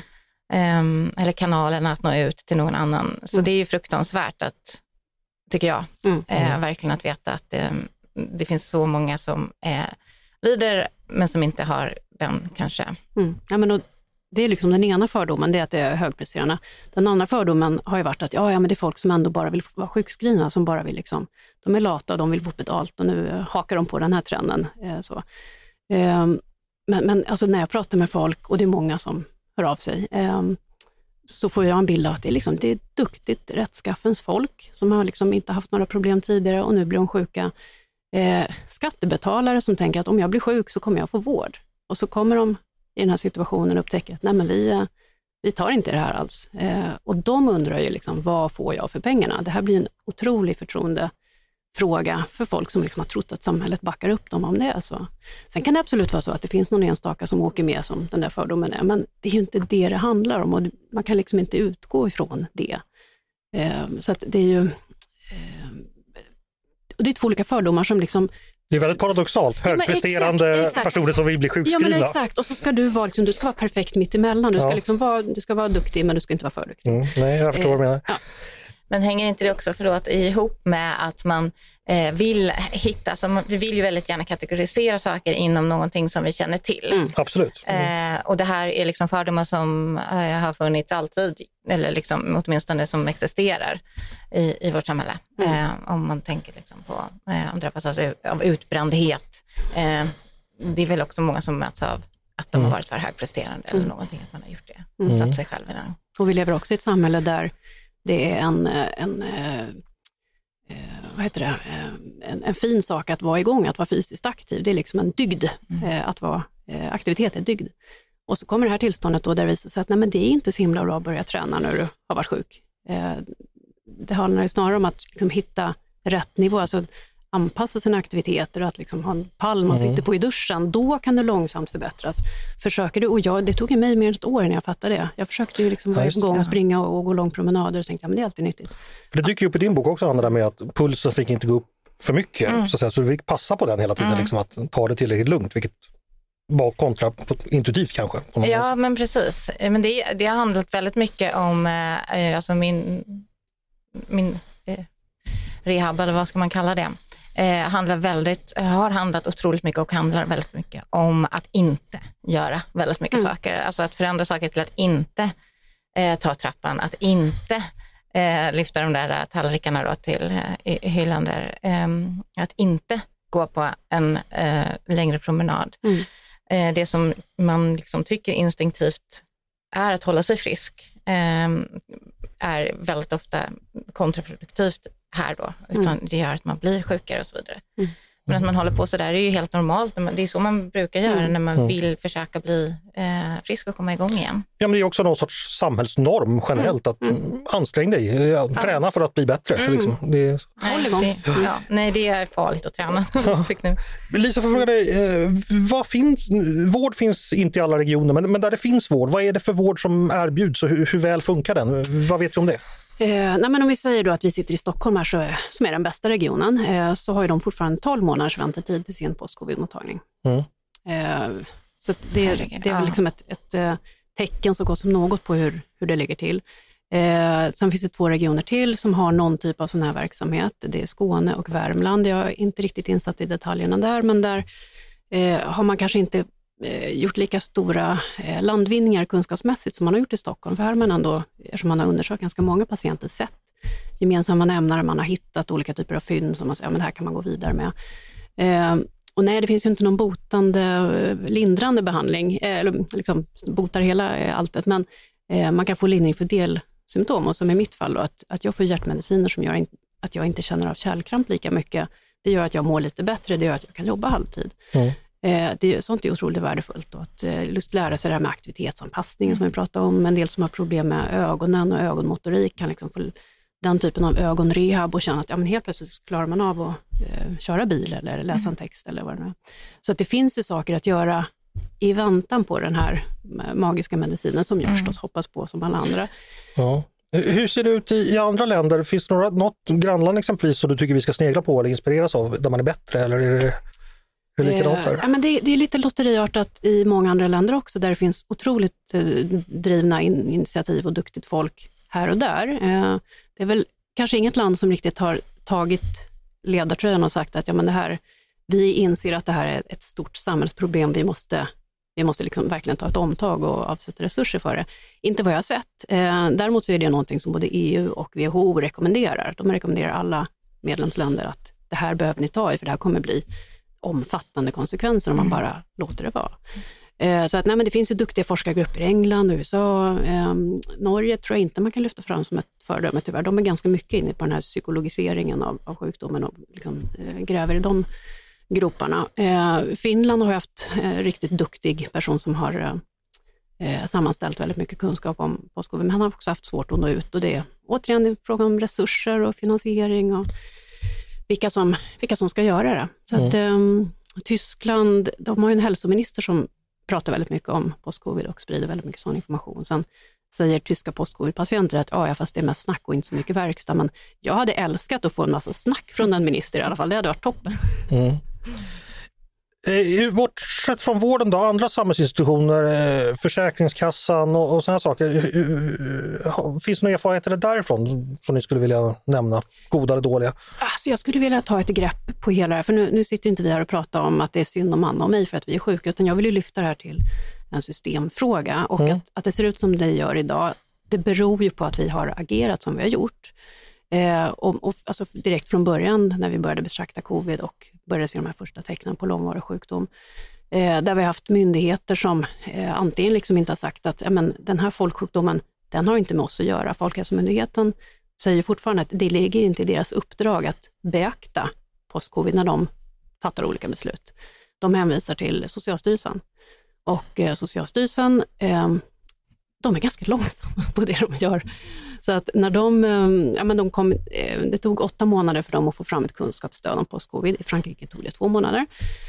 Eh, eller kanalen att nå ut till någon annan. Så mm. det är ju fruktansvärt att, tycker jag, mm. eh, verkligen att veta att eh, det finns så många som eh, lider men som inte har den kanske. Mm. Ja, men då, det är liksom den ena fördomen, det är att det är högpresterande. Den andra fördomen har ju varit att ja, ja, men det är folk som ändå bara vill vara sjukskrivna, som bara vill liksom, de är lata och de vill få betalt och nu hakar de på den här trenden. Eh, så. Eh, men men alltså, när jag pratar med folk, och det är många som hör av sig, eh, så får jag en bild av att det är, liksom, det är duktigt rättskaffens folk som har liksom inte haft några problem tidigare och nu blir de sjuka. Eh, skattebetalare som tänker att om jag blir sjuk så kommer jag få vård. Och så kommer de i den här situationen och upptäcker att nej, men vi, vi tar inte det här alls. Eh, och de undrar ju liksom, vad får jag för pengarna? Det här blir en otrolig förtroendefråga för folk som liksom har trott att samhället backar upp dem om det är så. Sen kan det absolut vara så att det finns någon enstaka som åker med som den där fördomen är, men det är ju inte det det handlar om och man kan liksom inte utgå ifrån det. Eh, så att det är ju eh, och det är två olika fördomar som liksom... Det är väldigt paradoxalt. Högpresterande ja, exakt, exakt. personer som vill bli sjukskrivna. Ja, men exakt. Och så ska du vara, liksom, du ska vara perfekt mitt emellan. Du ska, ja. liksom vara, du ska vara duktig, men du ska inte vara för duktig. Mm, nej, jag förstår eh, vad du menar. Ja. Men hänger inte det också förlåt, ihop med att man eh, vill hitta, alltså man, vi vill ju väldigt gärna kategorisera saker inom någonting som vi känner till. Mm. Absolut. Mm. Eh, och det här är liksom fördomar som eh, har funnits alltid, eller liksom åtminstone som existerar i, i vårt samhälle. Mm. Eh, om man tänker liksom på, eh, om drabbas alltså av utbrändhet. Eh, det är väl också många som möts av att de mm. har varit för högpresterande mm. eller någonting, att man har gjort det. Mm. Satt sig själv i den. Och vi lever också i ett samhälle där det är en, en, en, vad heter det? En, en fin sak att vara igång, att vara fysiskt aktiv. Det är liksom en dygd, mm. att vara aktivitet är dygd. Och så kommer det här tillståndet då där det visar sig att nej, men det är inte så himla bra att börja träna när du har varit sjuk. Det handlar ju snarare om att liksom hitta rätt nivå, alltså anpassa sina aktiviteter och att liksom ha en pall man mm. sitter på i duschen, då kan det långsamt förbättras. Försöker du, och jag, det tog ju mig mer än ett år när jag fattade det. Jag försökte ju liksom varje gång och springa och, och gå långpromenader och tänkte, ja men det är alltid nyttigt. För det dyker ju upp i din bok också, Anna, där med att pulsen fick inte gå upp för mycket, mm. så, att säga, så du fick passa på den hela tiden, mm. liksom, att ta det tillräckligt lugnt, vilket var kontraintuitivt kanske. Ja, vis. Men precis. Men det, det har handlat väldigt mycket om eh, alltså min, min eh, rehab, eller vad ska man kalla det? Eh, handlar väldigt, har handlat otroligt mycket och handlar väldigt mycket om att inte göra väldigt mycket mm. saker. Alltså att förändra saker till att inte eh, ta trappan, att inte eh, lyfta de där tallrikarna då till eh, hyllan där. Eh, att inte gå på en eh, längre promenad. Mm. Eh, det som man liksom tycker instinktivt är att hålla sig frisk eh, är väldigt ofta kontraproduktivt här då, utan mm. det gör att man blir sjukare och så vidare. Mm. Men att man håller på så där är ju helt normalt. Det är så man brukar göra mm. när man mm. vill försöka bli eh, frisk och komma igång igen. Ja, men det är också någon sorts samhällsnorm generellt att mm. ansträng dig, ja, träna för att bli bättre. Mm. Liksom. Det är... Nej, det, ja, nej, det är farligt att träna. Ja. Lisa, får fråga dig, eh, vad finns, vård finns inte i alla regioner, men, men där det finns vård, vad är det för vård som erbjuds och hur, hur väl funkar den? Vad vet vi om det? Eh, nej men om vi säger då att vi sitter i Stockholm här, så, som är den bästa regionen, eh, så har ju de fortfarande tolv månaders väntetid till sin post-covid-mottagning. Mm. Eh, så det, det är väl liksom ett, ett, ett tecken så gott som något på hur, hur det ligger till. Eh, sen finns det två regioner till som har någon typ av sån här verksamhet. Det är Skåne och Värmland. Jag är inte riktigt insatt i detaljerna där, men där eh, har man kanske inte eh, gjort lika stora eh, landvinningar kunskapsmässigt som man har gjort i Stockholm. För här har man ändå, eftersom man har undersökt ganska många patienter, sett gemensamma nämnare, man har hittat olika typer av fynd som man säger, ja, men det här kan man gå vidare med. Eh, och nej, det finns ju inte någon botande, lindrande behandling, eh, eller liksom botar hela eh, alltet, men eh, man kan få lindring för delsymptom, och som i mitt fall då, att, att jag får hjärtmediciner som gör in, att jag inte känner av kärlkramp lika mycket. Det gör att jag mår lite bättre, det gör att jag kan jobba halvtid. Mm. Eh, det, sånt är otroligt värdefullt. Då, att eh, just lära sig det här med aktivitetsanpassningen mm. som vi pratade om. En del som har problem med ögonen och ögonmotorik kan liksom få den typen av ögonrehab och känna att ja, men helt plötsligt klarar man av att eh, köra bil eller läsa mm. en text eller vad det är. Så att det finns ju saker att göra i väntan på den här magiska medicinen som jag mm. förstås hoppas på som alla andra. Ja. Hur ser det ut i, i andra länder? Finns det några, något grannland exempelvis som du tycker vi ska snegla på eller inspireras av där man är bättre, eller är det, är det likadant där? Eh, ja, men det, det är lite lotteriartat i många andra länder också, där det finns otroligt eh, drivna in, initiativ och duktigt folk här och där. Eh, det är väl kanske inget land som riktigt har tagit ledartröjan och sagt att ja, men det här, vi inser att det här är ett stort samhällsproblem, vi måste Vi måste liksom verkligen ta ett omtag och avsätta resurser för det. Inte vad jag har sett. Eh, däremot så är det någonting som både E U och W H O rekommenderar. De rekommenderar alla medlemsländer att det här behöver ni ta i, för det här kommer bli omfattande konsekvenser om man bara låter det vara. Eh, så att, nej, men det finns ju duktiga forskargrupper i England, U S A, eh, Norge tror jag inte man kan lyfta fram som ett föredöme tyvärr. De är ganska mycket inne på den här psykologiseringen av, av sjukdomen och liksom, eh, gräver i de groparna. Eh, Finland har haft eh, riktigt duktig person som har eh, sammanställt väldigt mycket kunskap om postcovid, men han har också haft svårt att nå ut, och det är återigen en fråga om resurser och finansiering och vilka som, vilka som ska göra det. Så mm. att, eh, Tyskland, de har ju en hälsominister som pratar väldigt mycket om postcovid och sprider väldigt mycket sån information. Sen säger tyska postcovid-patienter att ja, fast det är mest snack och inte så mycket verkstad, men jag hade älskat att få en massa snack från en minister i alla fall, det hade varit toppen. Mm. Bortsett från vården då, andra samhällsinstitutioner, Försäkringskassan och, och sådana saker, finns det några erfarenheter därifrån som ni skulle vilja nämna, goda eller dåliga? Alltså jag skulle vilja ta ett grepp på hela det här, för nu, nu sitter inte vi här och pratar om att det är synd om Anna och mig för att vi är sjuka, utan jag vill ju lyfta det här till en systemfråga, och mm. att, att det ser ut som det gör idag, det beror ju på att vi har agerat som vi har gjort. Eh, och, och, alltså direkt från början när vi började betrakta covid och började se de här första tecknen på långvarig sjukdom, eh, där vi har haft myndigheter som eh, antingen liksom inte har sagt att ja, men, den här folksjukdomen, den har inte med oss att göra. Folkhälsomyndigheten säger fortfarande att det ligger inte i deras uppdrag att beakta post-covid när de fattar olika beslut. De hänvisar till Socialstyrelsen, och eh, Socialstyrelsen eh, de är ganska långsamma på det de gör. Så att när de, ja men de kom, det tog åtta månader för dem att få fram ett kunskapsstöd om post-covid. I Frankrike tog det två månader.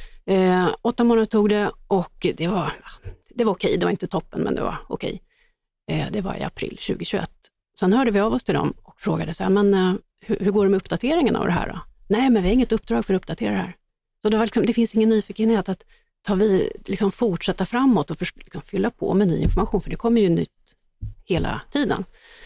Eh, åtta månader tog det, och det var, det var okej. Det var inte toppen, men det var okej. Eh, det var i april tjugohundratjugoett. Sen hörde vi av oss till dem och frågade så här, men eh, hur, hur går det med uppdateringen av det här då? Nej, men vi har inget uppdrag för att uppdatera det här. Så det, var liksom, det finns ingen nyfikenhet att tar vi liksom fortsätta framåt och för, liksom fylla på med ny information, för det kommer ju nytt hela tiden.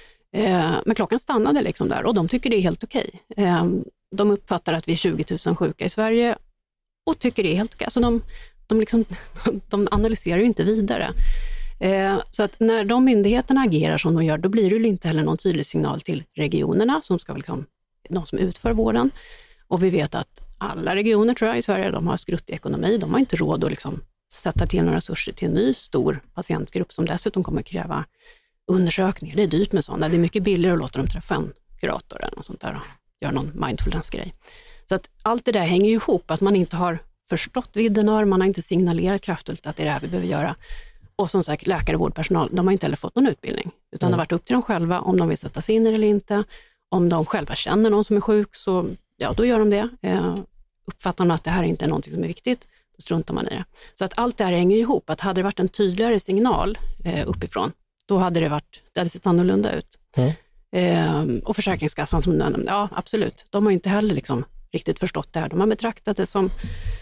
Eh, men klockan stannade liksom där, och de tycker det är helt okej. Eh, de uppfattar att vi är tjugo tusen sjuka i Sverige och tycker det är helt okej. Alltså de, de, liksom, de, de analyserar ju inte vidare. Eh, så att när de myndigheterna agerar som de gör, då blir det ju inte heller någon tydlig signal till regionerna som ska liksom, de som utför vården. Och vi vet att alla regioner tror jag i Sverige, de har skrutt i ekonomi. De har inte råd att liksom sätta till några resurser till en ny stor patientgrupp som dessutom kommer kräva undersökningar. Det är dyrt med sådana. Det är mycket billigare att låta dem träffa en kurator eller något sånt där och göra någon mindfulness-grej. Så att allt det där hänger ju ihop. Att man inte har förstått vidden av, man har inte signalerat kraftfullt att det är det här vi behöver göra. Och som sagt, läkare och vårdpersonal, de har inte heller fått någon utbildning. Utan mm. det har varit upp till dem själva om de vill sätta sig in i det eller inte. Om de själva känner någon som är sjuk, så ja, då gör de det. Eh, uppfattar de att det här inte är någonting som är viktigt, då struntar man i det. Så att allt det här hänger ihop. Att hade det varit en tydligare signal eh, uppifrån, då hade det varit, det hade sett annorlunda ut. Mm. Eh, och Försäkringskassan, som nämnde, ja absolut, de har inte heller liksom riktigt förstått det här. De har betraktat det som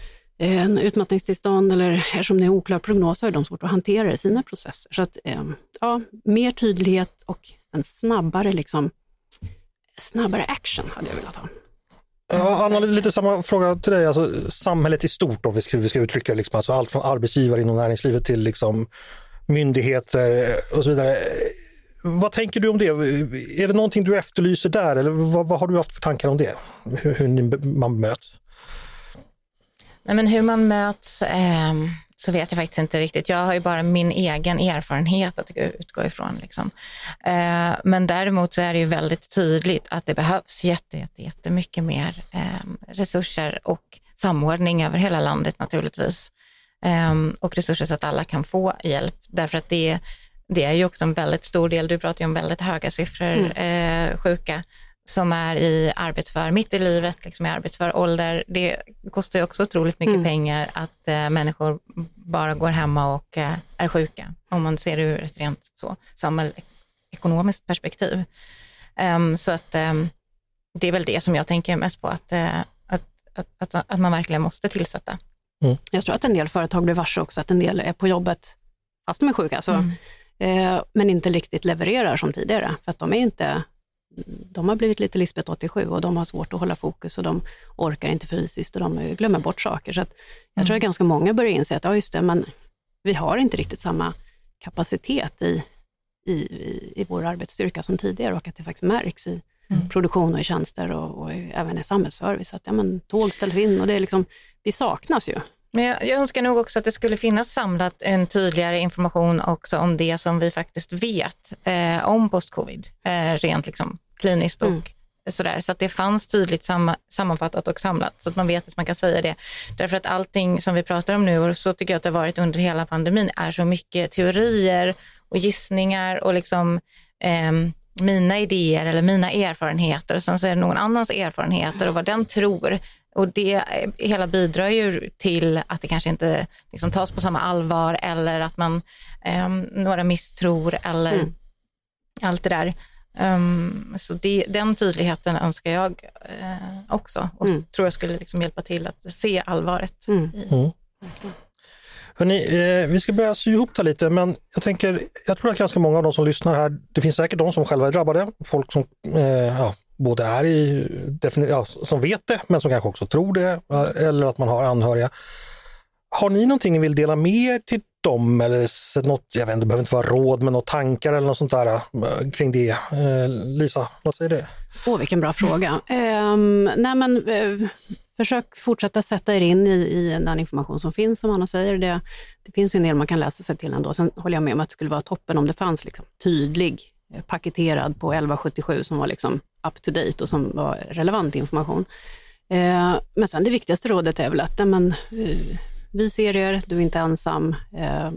en utmattningstillstånd, eller eftersom det är oklar prognos, har de svårt att hantera det i sina processer. Så att, eh, ja, mer tydlighet och en snabbare liksom, snabbare action hade jag velat ha. Ja, Anna, lite samma fråga till dig. Alltså, samhället i stort, om vi ska, vi ska uttrycka liksom, alltså allt från arbetsgivare inom näringslivet till liksom, myndigheter och så vidare. Vad tänker du om det? Är det någonting du efterlyser där eller vad, vad har du haft för tankar om det? Hur, hur man möts? Nej, men hur man möts eh, så vet jag faktiskt inte riktigt. Jag har ju bara min egen erfarenhet att utgå ifrån. Liksom. Eh, men däremot så är det ju väldigt tydligt att det behövs jätte, jätte, jättemycket mer eh, resurser och samordning över hela landet naturligtvis. Eh, och resurser så att alla kan få hjälp. Därför att det, det är ju också en väldigt stor del, du pratar ju om väldigt höga siffror mm. eh, sjuka som är i arbetsför, mitt i livet, liksom i arbetsför ålder. Det kostar ju också otroligt mycket mm. pengar att eh, människor bara går hemma och eh, är sjuka. Om man ser det ur ett rent så, samhällsekonomiskt perspektiv. Um, så att um, det är väl det som jag tänker mest på, att, uh, att, att, att, att man verkligen måste tillsätta. Mm. Jag tror att en del företag blir varse också att en del är på jobbet fast de är sjuka. Så, mm. eh, men inte riktigt levererar som tidigare. För att de är inte... De har blivit lite Lisbeth åttiosju och de har svårt att hålla fokus och de orkar inte fysiskt och de glömmer bort saker. Så att jag mm. tror att ganska många börjar inse att ja, just det, men vi har inte riktigt samma kapacitet i, i, i vår arbetsstyrka som tidigare och att det faktiskt märks i mm. produktion och i tjänster och, och även i samhällsservice. Att ja, men, tåg ställs in och det är liksom, vi saknas ju. Men jag, jag önskar nog också att det skulle finnas samlat en tydligare information också om det som vi faktiskt vet eh, om post-covid, eh, rent liksom kliniskt och mm. sådär. Så att det fanns tydligt samma, sammanfattat och samlat så att man vet att man kan säga det. Därför att allting som vi pratar om nu, och så tycker jag att det har varit under hela pandemin, är så mycket teorier och gissningar och liksom eh, mina idéer eller mina erfarenheter och sen så är det någon annans erfarenheter och vad den tror. Och det hela bidrar ju till att det kanske inte liksom tas på samma allvar eller att man eh, några misstror eller mm. allt det där. Um, så det, den tydligheten önskar jag eh, också och mm. tror jag skulle liksom hjälpa till att se allvaret. Mm. I. Mm. Hörrni, eh, vi ska börja sy ihop det lite, men jag tänker, jag tror att ganska många av de som lyssnar här, det finns säkert de som själva är drabbade, folk som eh, ja, både är i, ja, som vet det, men som kanske också tror det, eller att man har anhöriga. Har ni någonting ni vill dela med er till dem, eller något, jag vet inte, det behöver inte vara råd, men något tankar eller något sånt där kring det? Eh, Lisa, vad säger du? Åh, oh, vilken bra fråga. Um, nej men, uh, försök fortsätta sätta er in i, i den information som finns, som Anna säger. Det, det finns ju en del man kan läsa sig till ändå. Sen håller jag med om att det skulle vara toppen om det fanns liksom tydlig, paketerad på elva sjuttiosju som var liksom up to date och som var relevant information. Uh, men sen det viktigaste rådet är väl att men, uh, vi ser er, du är inte ensam. Uh,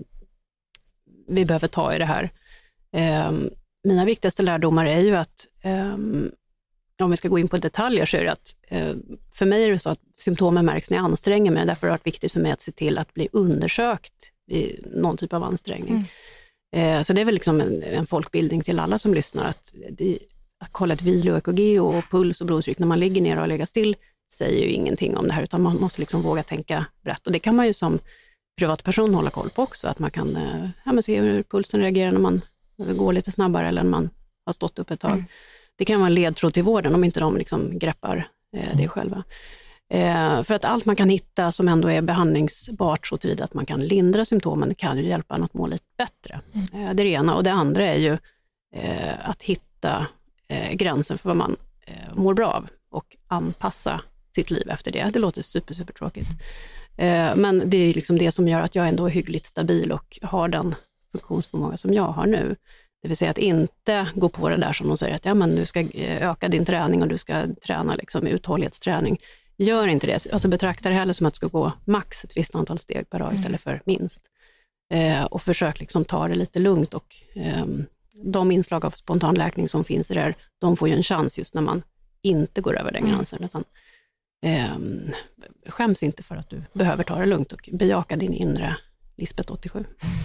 vi behöver ta i det här. Uh, mina viktigaste lärdomar är ju att um, om vi ska gå in på detaljer så är det att uh, för mig är det så att symptomen märks när jag anstränger mig. Därför har det varit viktigt för mig att se till att bli undersökt i någon typ av ansträngning. Mm. Uh, så det är väl liksom en, en folkbildning till alla som lyssnar att, det, att kolla ett vilo, E K G och puls och blodtryck när man ligger ner och lägger still säger ju ingenting om det här, utan man måste liksom våga tänka brett. Och det kan man ju som privatperson hålla koll på också, att man kan ja, men se hur pulsen reagerar när man går lite snabbare eller när man har stått upp ett tag. Mm. Det kan vara en ledtråd till vården om inte de liksom greppar eh, det själva. Eh, för att allt man kan hitta som ändå är behandlingsbart så tillvida att man kan lindra symptomen kan ju hjälpa en att må lite bättre. Mm. Eh, det är det ena. Och det andra är ju eh, att hitta eh, gränsen för vad man eh, mår bra av och anpassa sitt liv efter det. Det låter super, super tråkigt. Eh, men det är liksom det som gör att jag ändå är hyggligt stabil och har den funktionsförmåga som jag har nu. Det vill säga att inte gå på det där som de säger att ja, men du ska öka din träning och du ska träna liksom uthållighetsträning. Gör inte det. Alltså betrakta det heller som att du ska gå max ett visst antal steg per dag mm. istället för minst. Eh, och försök liksom ta det lite lugnt och eh, de inslag av spontanläkning som finns i det här, de får ju en chans just när man inte går över den gränsen. Mm. Utan, eh, skäms inte för att du behöver ta det lugnt och bejaka din inre Lisbeth åttiosju.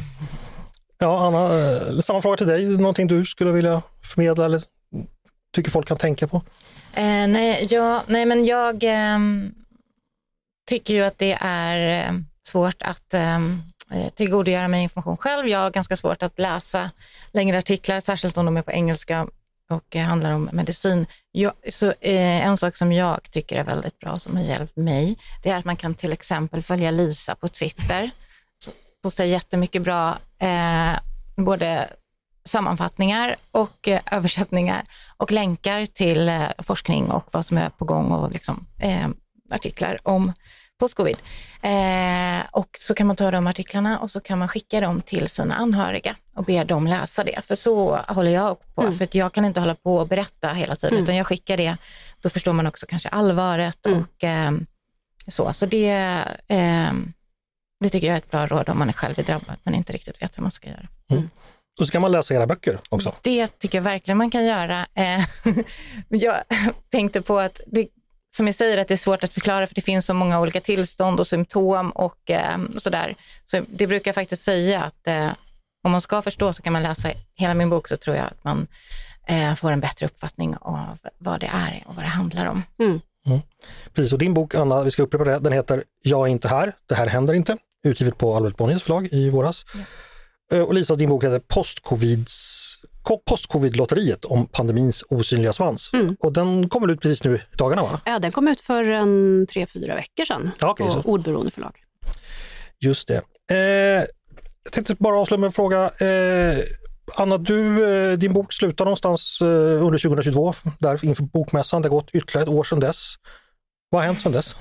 Ja, Anna, samma fråga till dig. Någonting du skulle vilja förmedla eller tycker folk kan tänka på? Eh, nej, ja, nej, men jag eh, tycker ju att det är eh, svårt att eh, tillgodogöra mig information själv. Jag har ganska svårt att läsa längre artiklar, särskilt om de är på engelska. och eh, handlar om medicin. Jag, så, eh, en sak som jag tycker är väldigt bra som har hjälpt mig, det är att man kan till exempel följa Lisa på Twitter. Så postar jättemycket bra eh, både sammanfattningar och eh, översättningar och länkar till eh, forskning och vad som är på gång och liksom, eh, artiklar om post-covid. Eh, och så kan man ta de artiklarna och så kan man skicka dem till sina anhöriga och be dem läsa det. För så håller jag på. Mm. För att jag kan inte hålla på och berätta hela tiden, mm. utan jag skickar det. Då förstår man också kanske allvaret mm. och eh, så. Så det, eh, det tycker jag är ett bra råd om man är själv drabbad men inte riktigt vet hur man ska göra. Mm. Och så kan man läsa era böcker också. Det tycker jag verkligen man kan göra. Eh, jag tänkte på att det, som jag säger, att det är svårt att förklara för det finns så många olika tillstånd och symptom och eh, sådär. Så det brukar jag faktiskt säga att eh, om man ska förstå så kan man läsa hela min bok, så tror jag att man eh, får en bättre uppfattning av vad det är och vad det handlar om. Mm. Mm. Precis, och din bok, Anna, vi ska upprepa det, den heter Jag är inte här, det här händer inte, utgivet på Albert Bonniers förlag i våras. Ja. Och Lisa, din bok heter Post-Covids Post-covid-lotteriet om pandemins osynliga svans. Mm. Och den kommer ut precis nu i dagarna, va? Ja, den kom ut för en tre, fyra veckor sedan ja, okay, på så. Ordberoende förlag. Just det. Eh, jag tänkte bara avsluta med en fråga. Eh, Anna, du, eh, din bok slutar någonstans eh, under tjugohundratjugotvå, där inför bokmässan. Det har gått ytterligare ett år sedan dess. Vad har hänt sedan dess?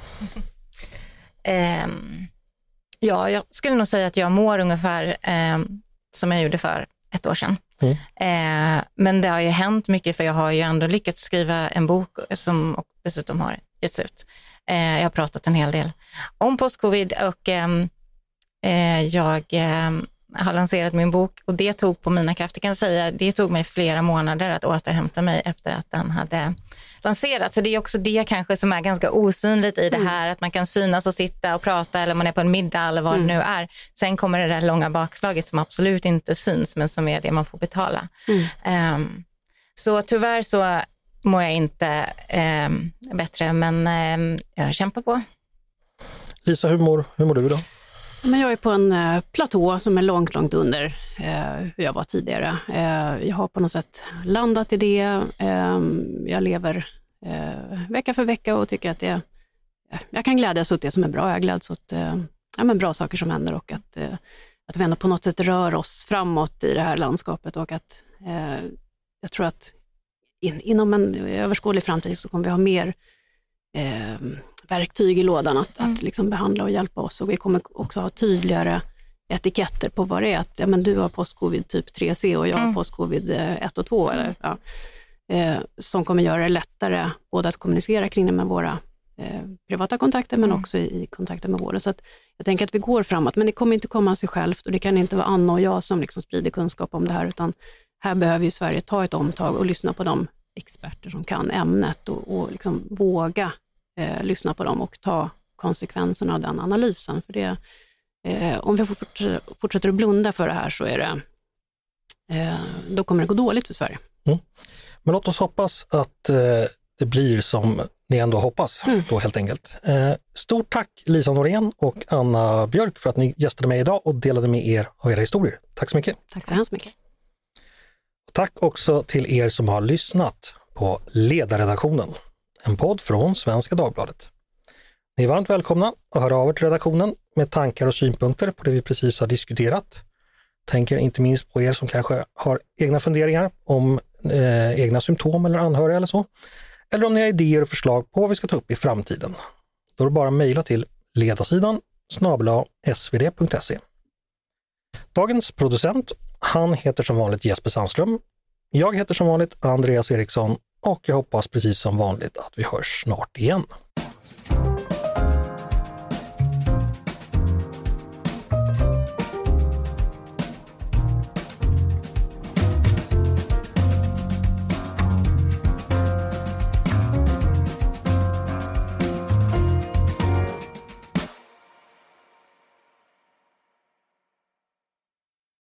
um, ja, jag skulle nog säga att jag mår ungefär um, som jag gjorde för ett år sedan. Mm. Eh, men det har ju hänt mycket, för jag har ju ändå lyckats skriva en bok som dessutom har getts ut. Eh, jag har pratat en hel del om post-covid och eh, jag eh, har lanserat min bok och det tog på mina krafter, kan jag säga. Det tog mig flera månader att återhämta mig efter att den hade lanserats. Så det är också det kanske som är ganska osynligt i det här, mm. att man kan synas och sitta och prata eller man är på en middag eller vad mm. det nu är. Sen kommer det där långa bakslaget som absolut inte syns men som är det man får betala. Mm. Um, så tyvärr så mår jag inte um, bättre, men um, jag kämpar på. Lisa, hur mår, hur mår du då? Men jag är på en eh, platå som är långt, långt under eh, hur jag var tidigare. Eh, jag har på något sätt landat i det. Eh, jag lever eh, vecka för vecka och tycker att det, eh, jag kan glädjas åt det som är bra. Jag gläds åt eh, ja, men bra saker som händer och att, eh, att vi ändå på något sätt rör oss framåt i det här landskapet. Och att eh, jag tror att in, inom en överskådlig framtid så kommer vi ha mer eh, verktyg i lådan att, mm. att liksom behandla och hjälpa oss. Och vi kommer också ha tydligare etiketter på vad det är. Att ja, men du har post-covid typ tre C och jag mm. har post-covid ett och två. Eller, ja, eh, som kommer göra det lättare både att kommunicera kring det med våra eh, privata kontakter men mm. också i, i kontakter med vården. Så att jag tänker att vi går framåt, men det kommer inte komma av sig självt och det kan inte vara Anna och jag som liksom sprider kunskap om det här, utan här behöver ju Sverige ta ett omtag och lyssna på de experter som kan ämnet och, och liksom våga Eh, lyssna på dem och ta konsekvenserna av den analysen. För det, eh, om vi fort, fortsätter att blunda för det här så är det, eh, då kommer det gå dåligt för Sverige. Mm. Men låt oss hoppas att eh, det blir som ni ändå hoppas mm. då helt enkelt. Eh, stort tack Lisa Norén och Anna Björk för att ni gästade mig idag och delade med er av era historier. Tack så mycket. Tack så hemskt mycket. Och tack också till er som har lyssnat på Ledarredaktionen. En podd från Svenska Dagbladet. Ni är varmt välkomna att höra av er till redaktionen med tankar och synpunkter på det vi precis har diskuterat. Tänker inte minst på er som kanske har egna funderingar om eh, egna symptom eller anhöriga eller så. Eller om ni har idéer och förslag på vad vi ska ta upp i framtiden. Då är det bara att mejla till ledarsidan snabel-a s v d punkt se. Dagens producent, han heter som vanligt Jesper Sandström. Jag heter som vanligt Andreas Eriksson. Och jag hoppas precis som vanligt att vi hörs snart igen.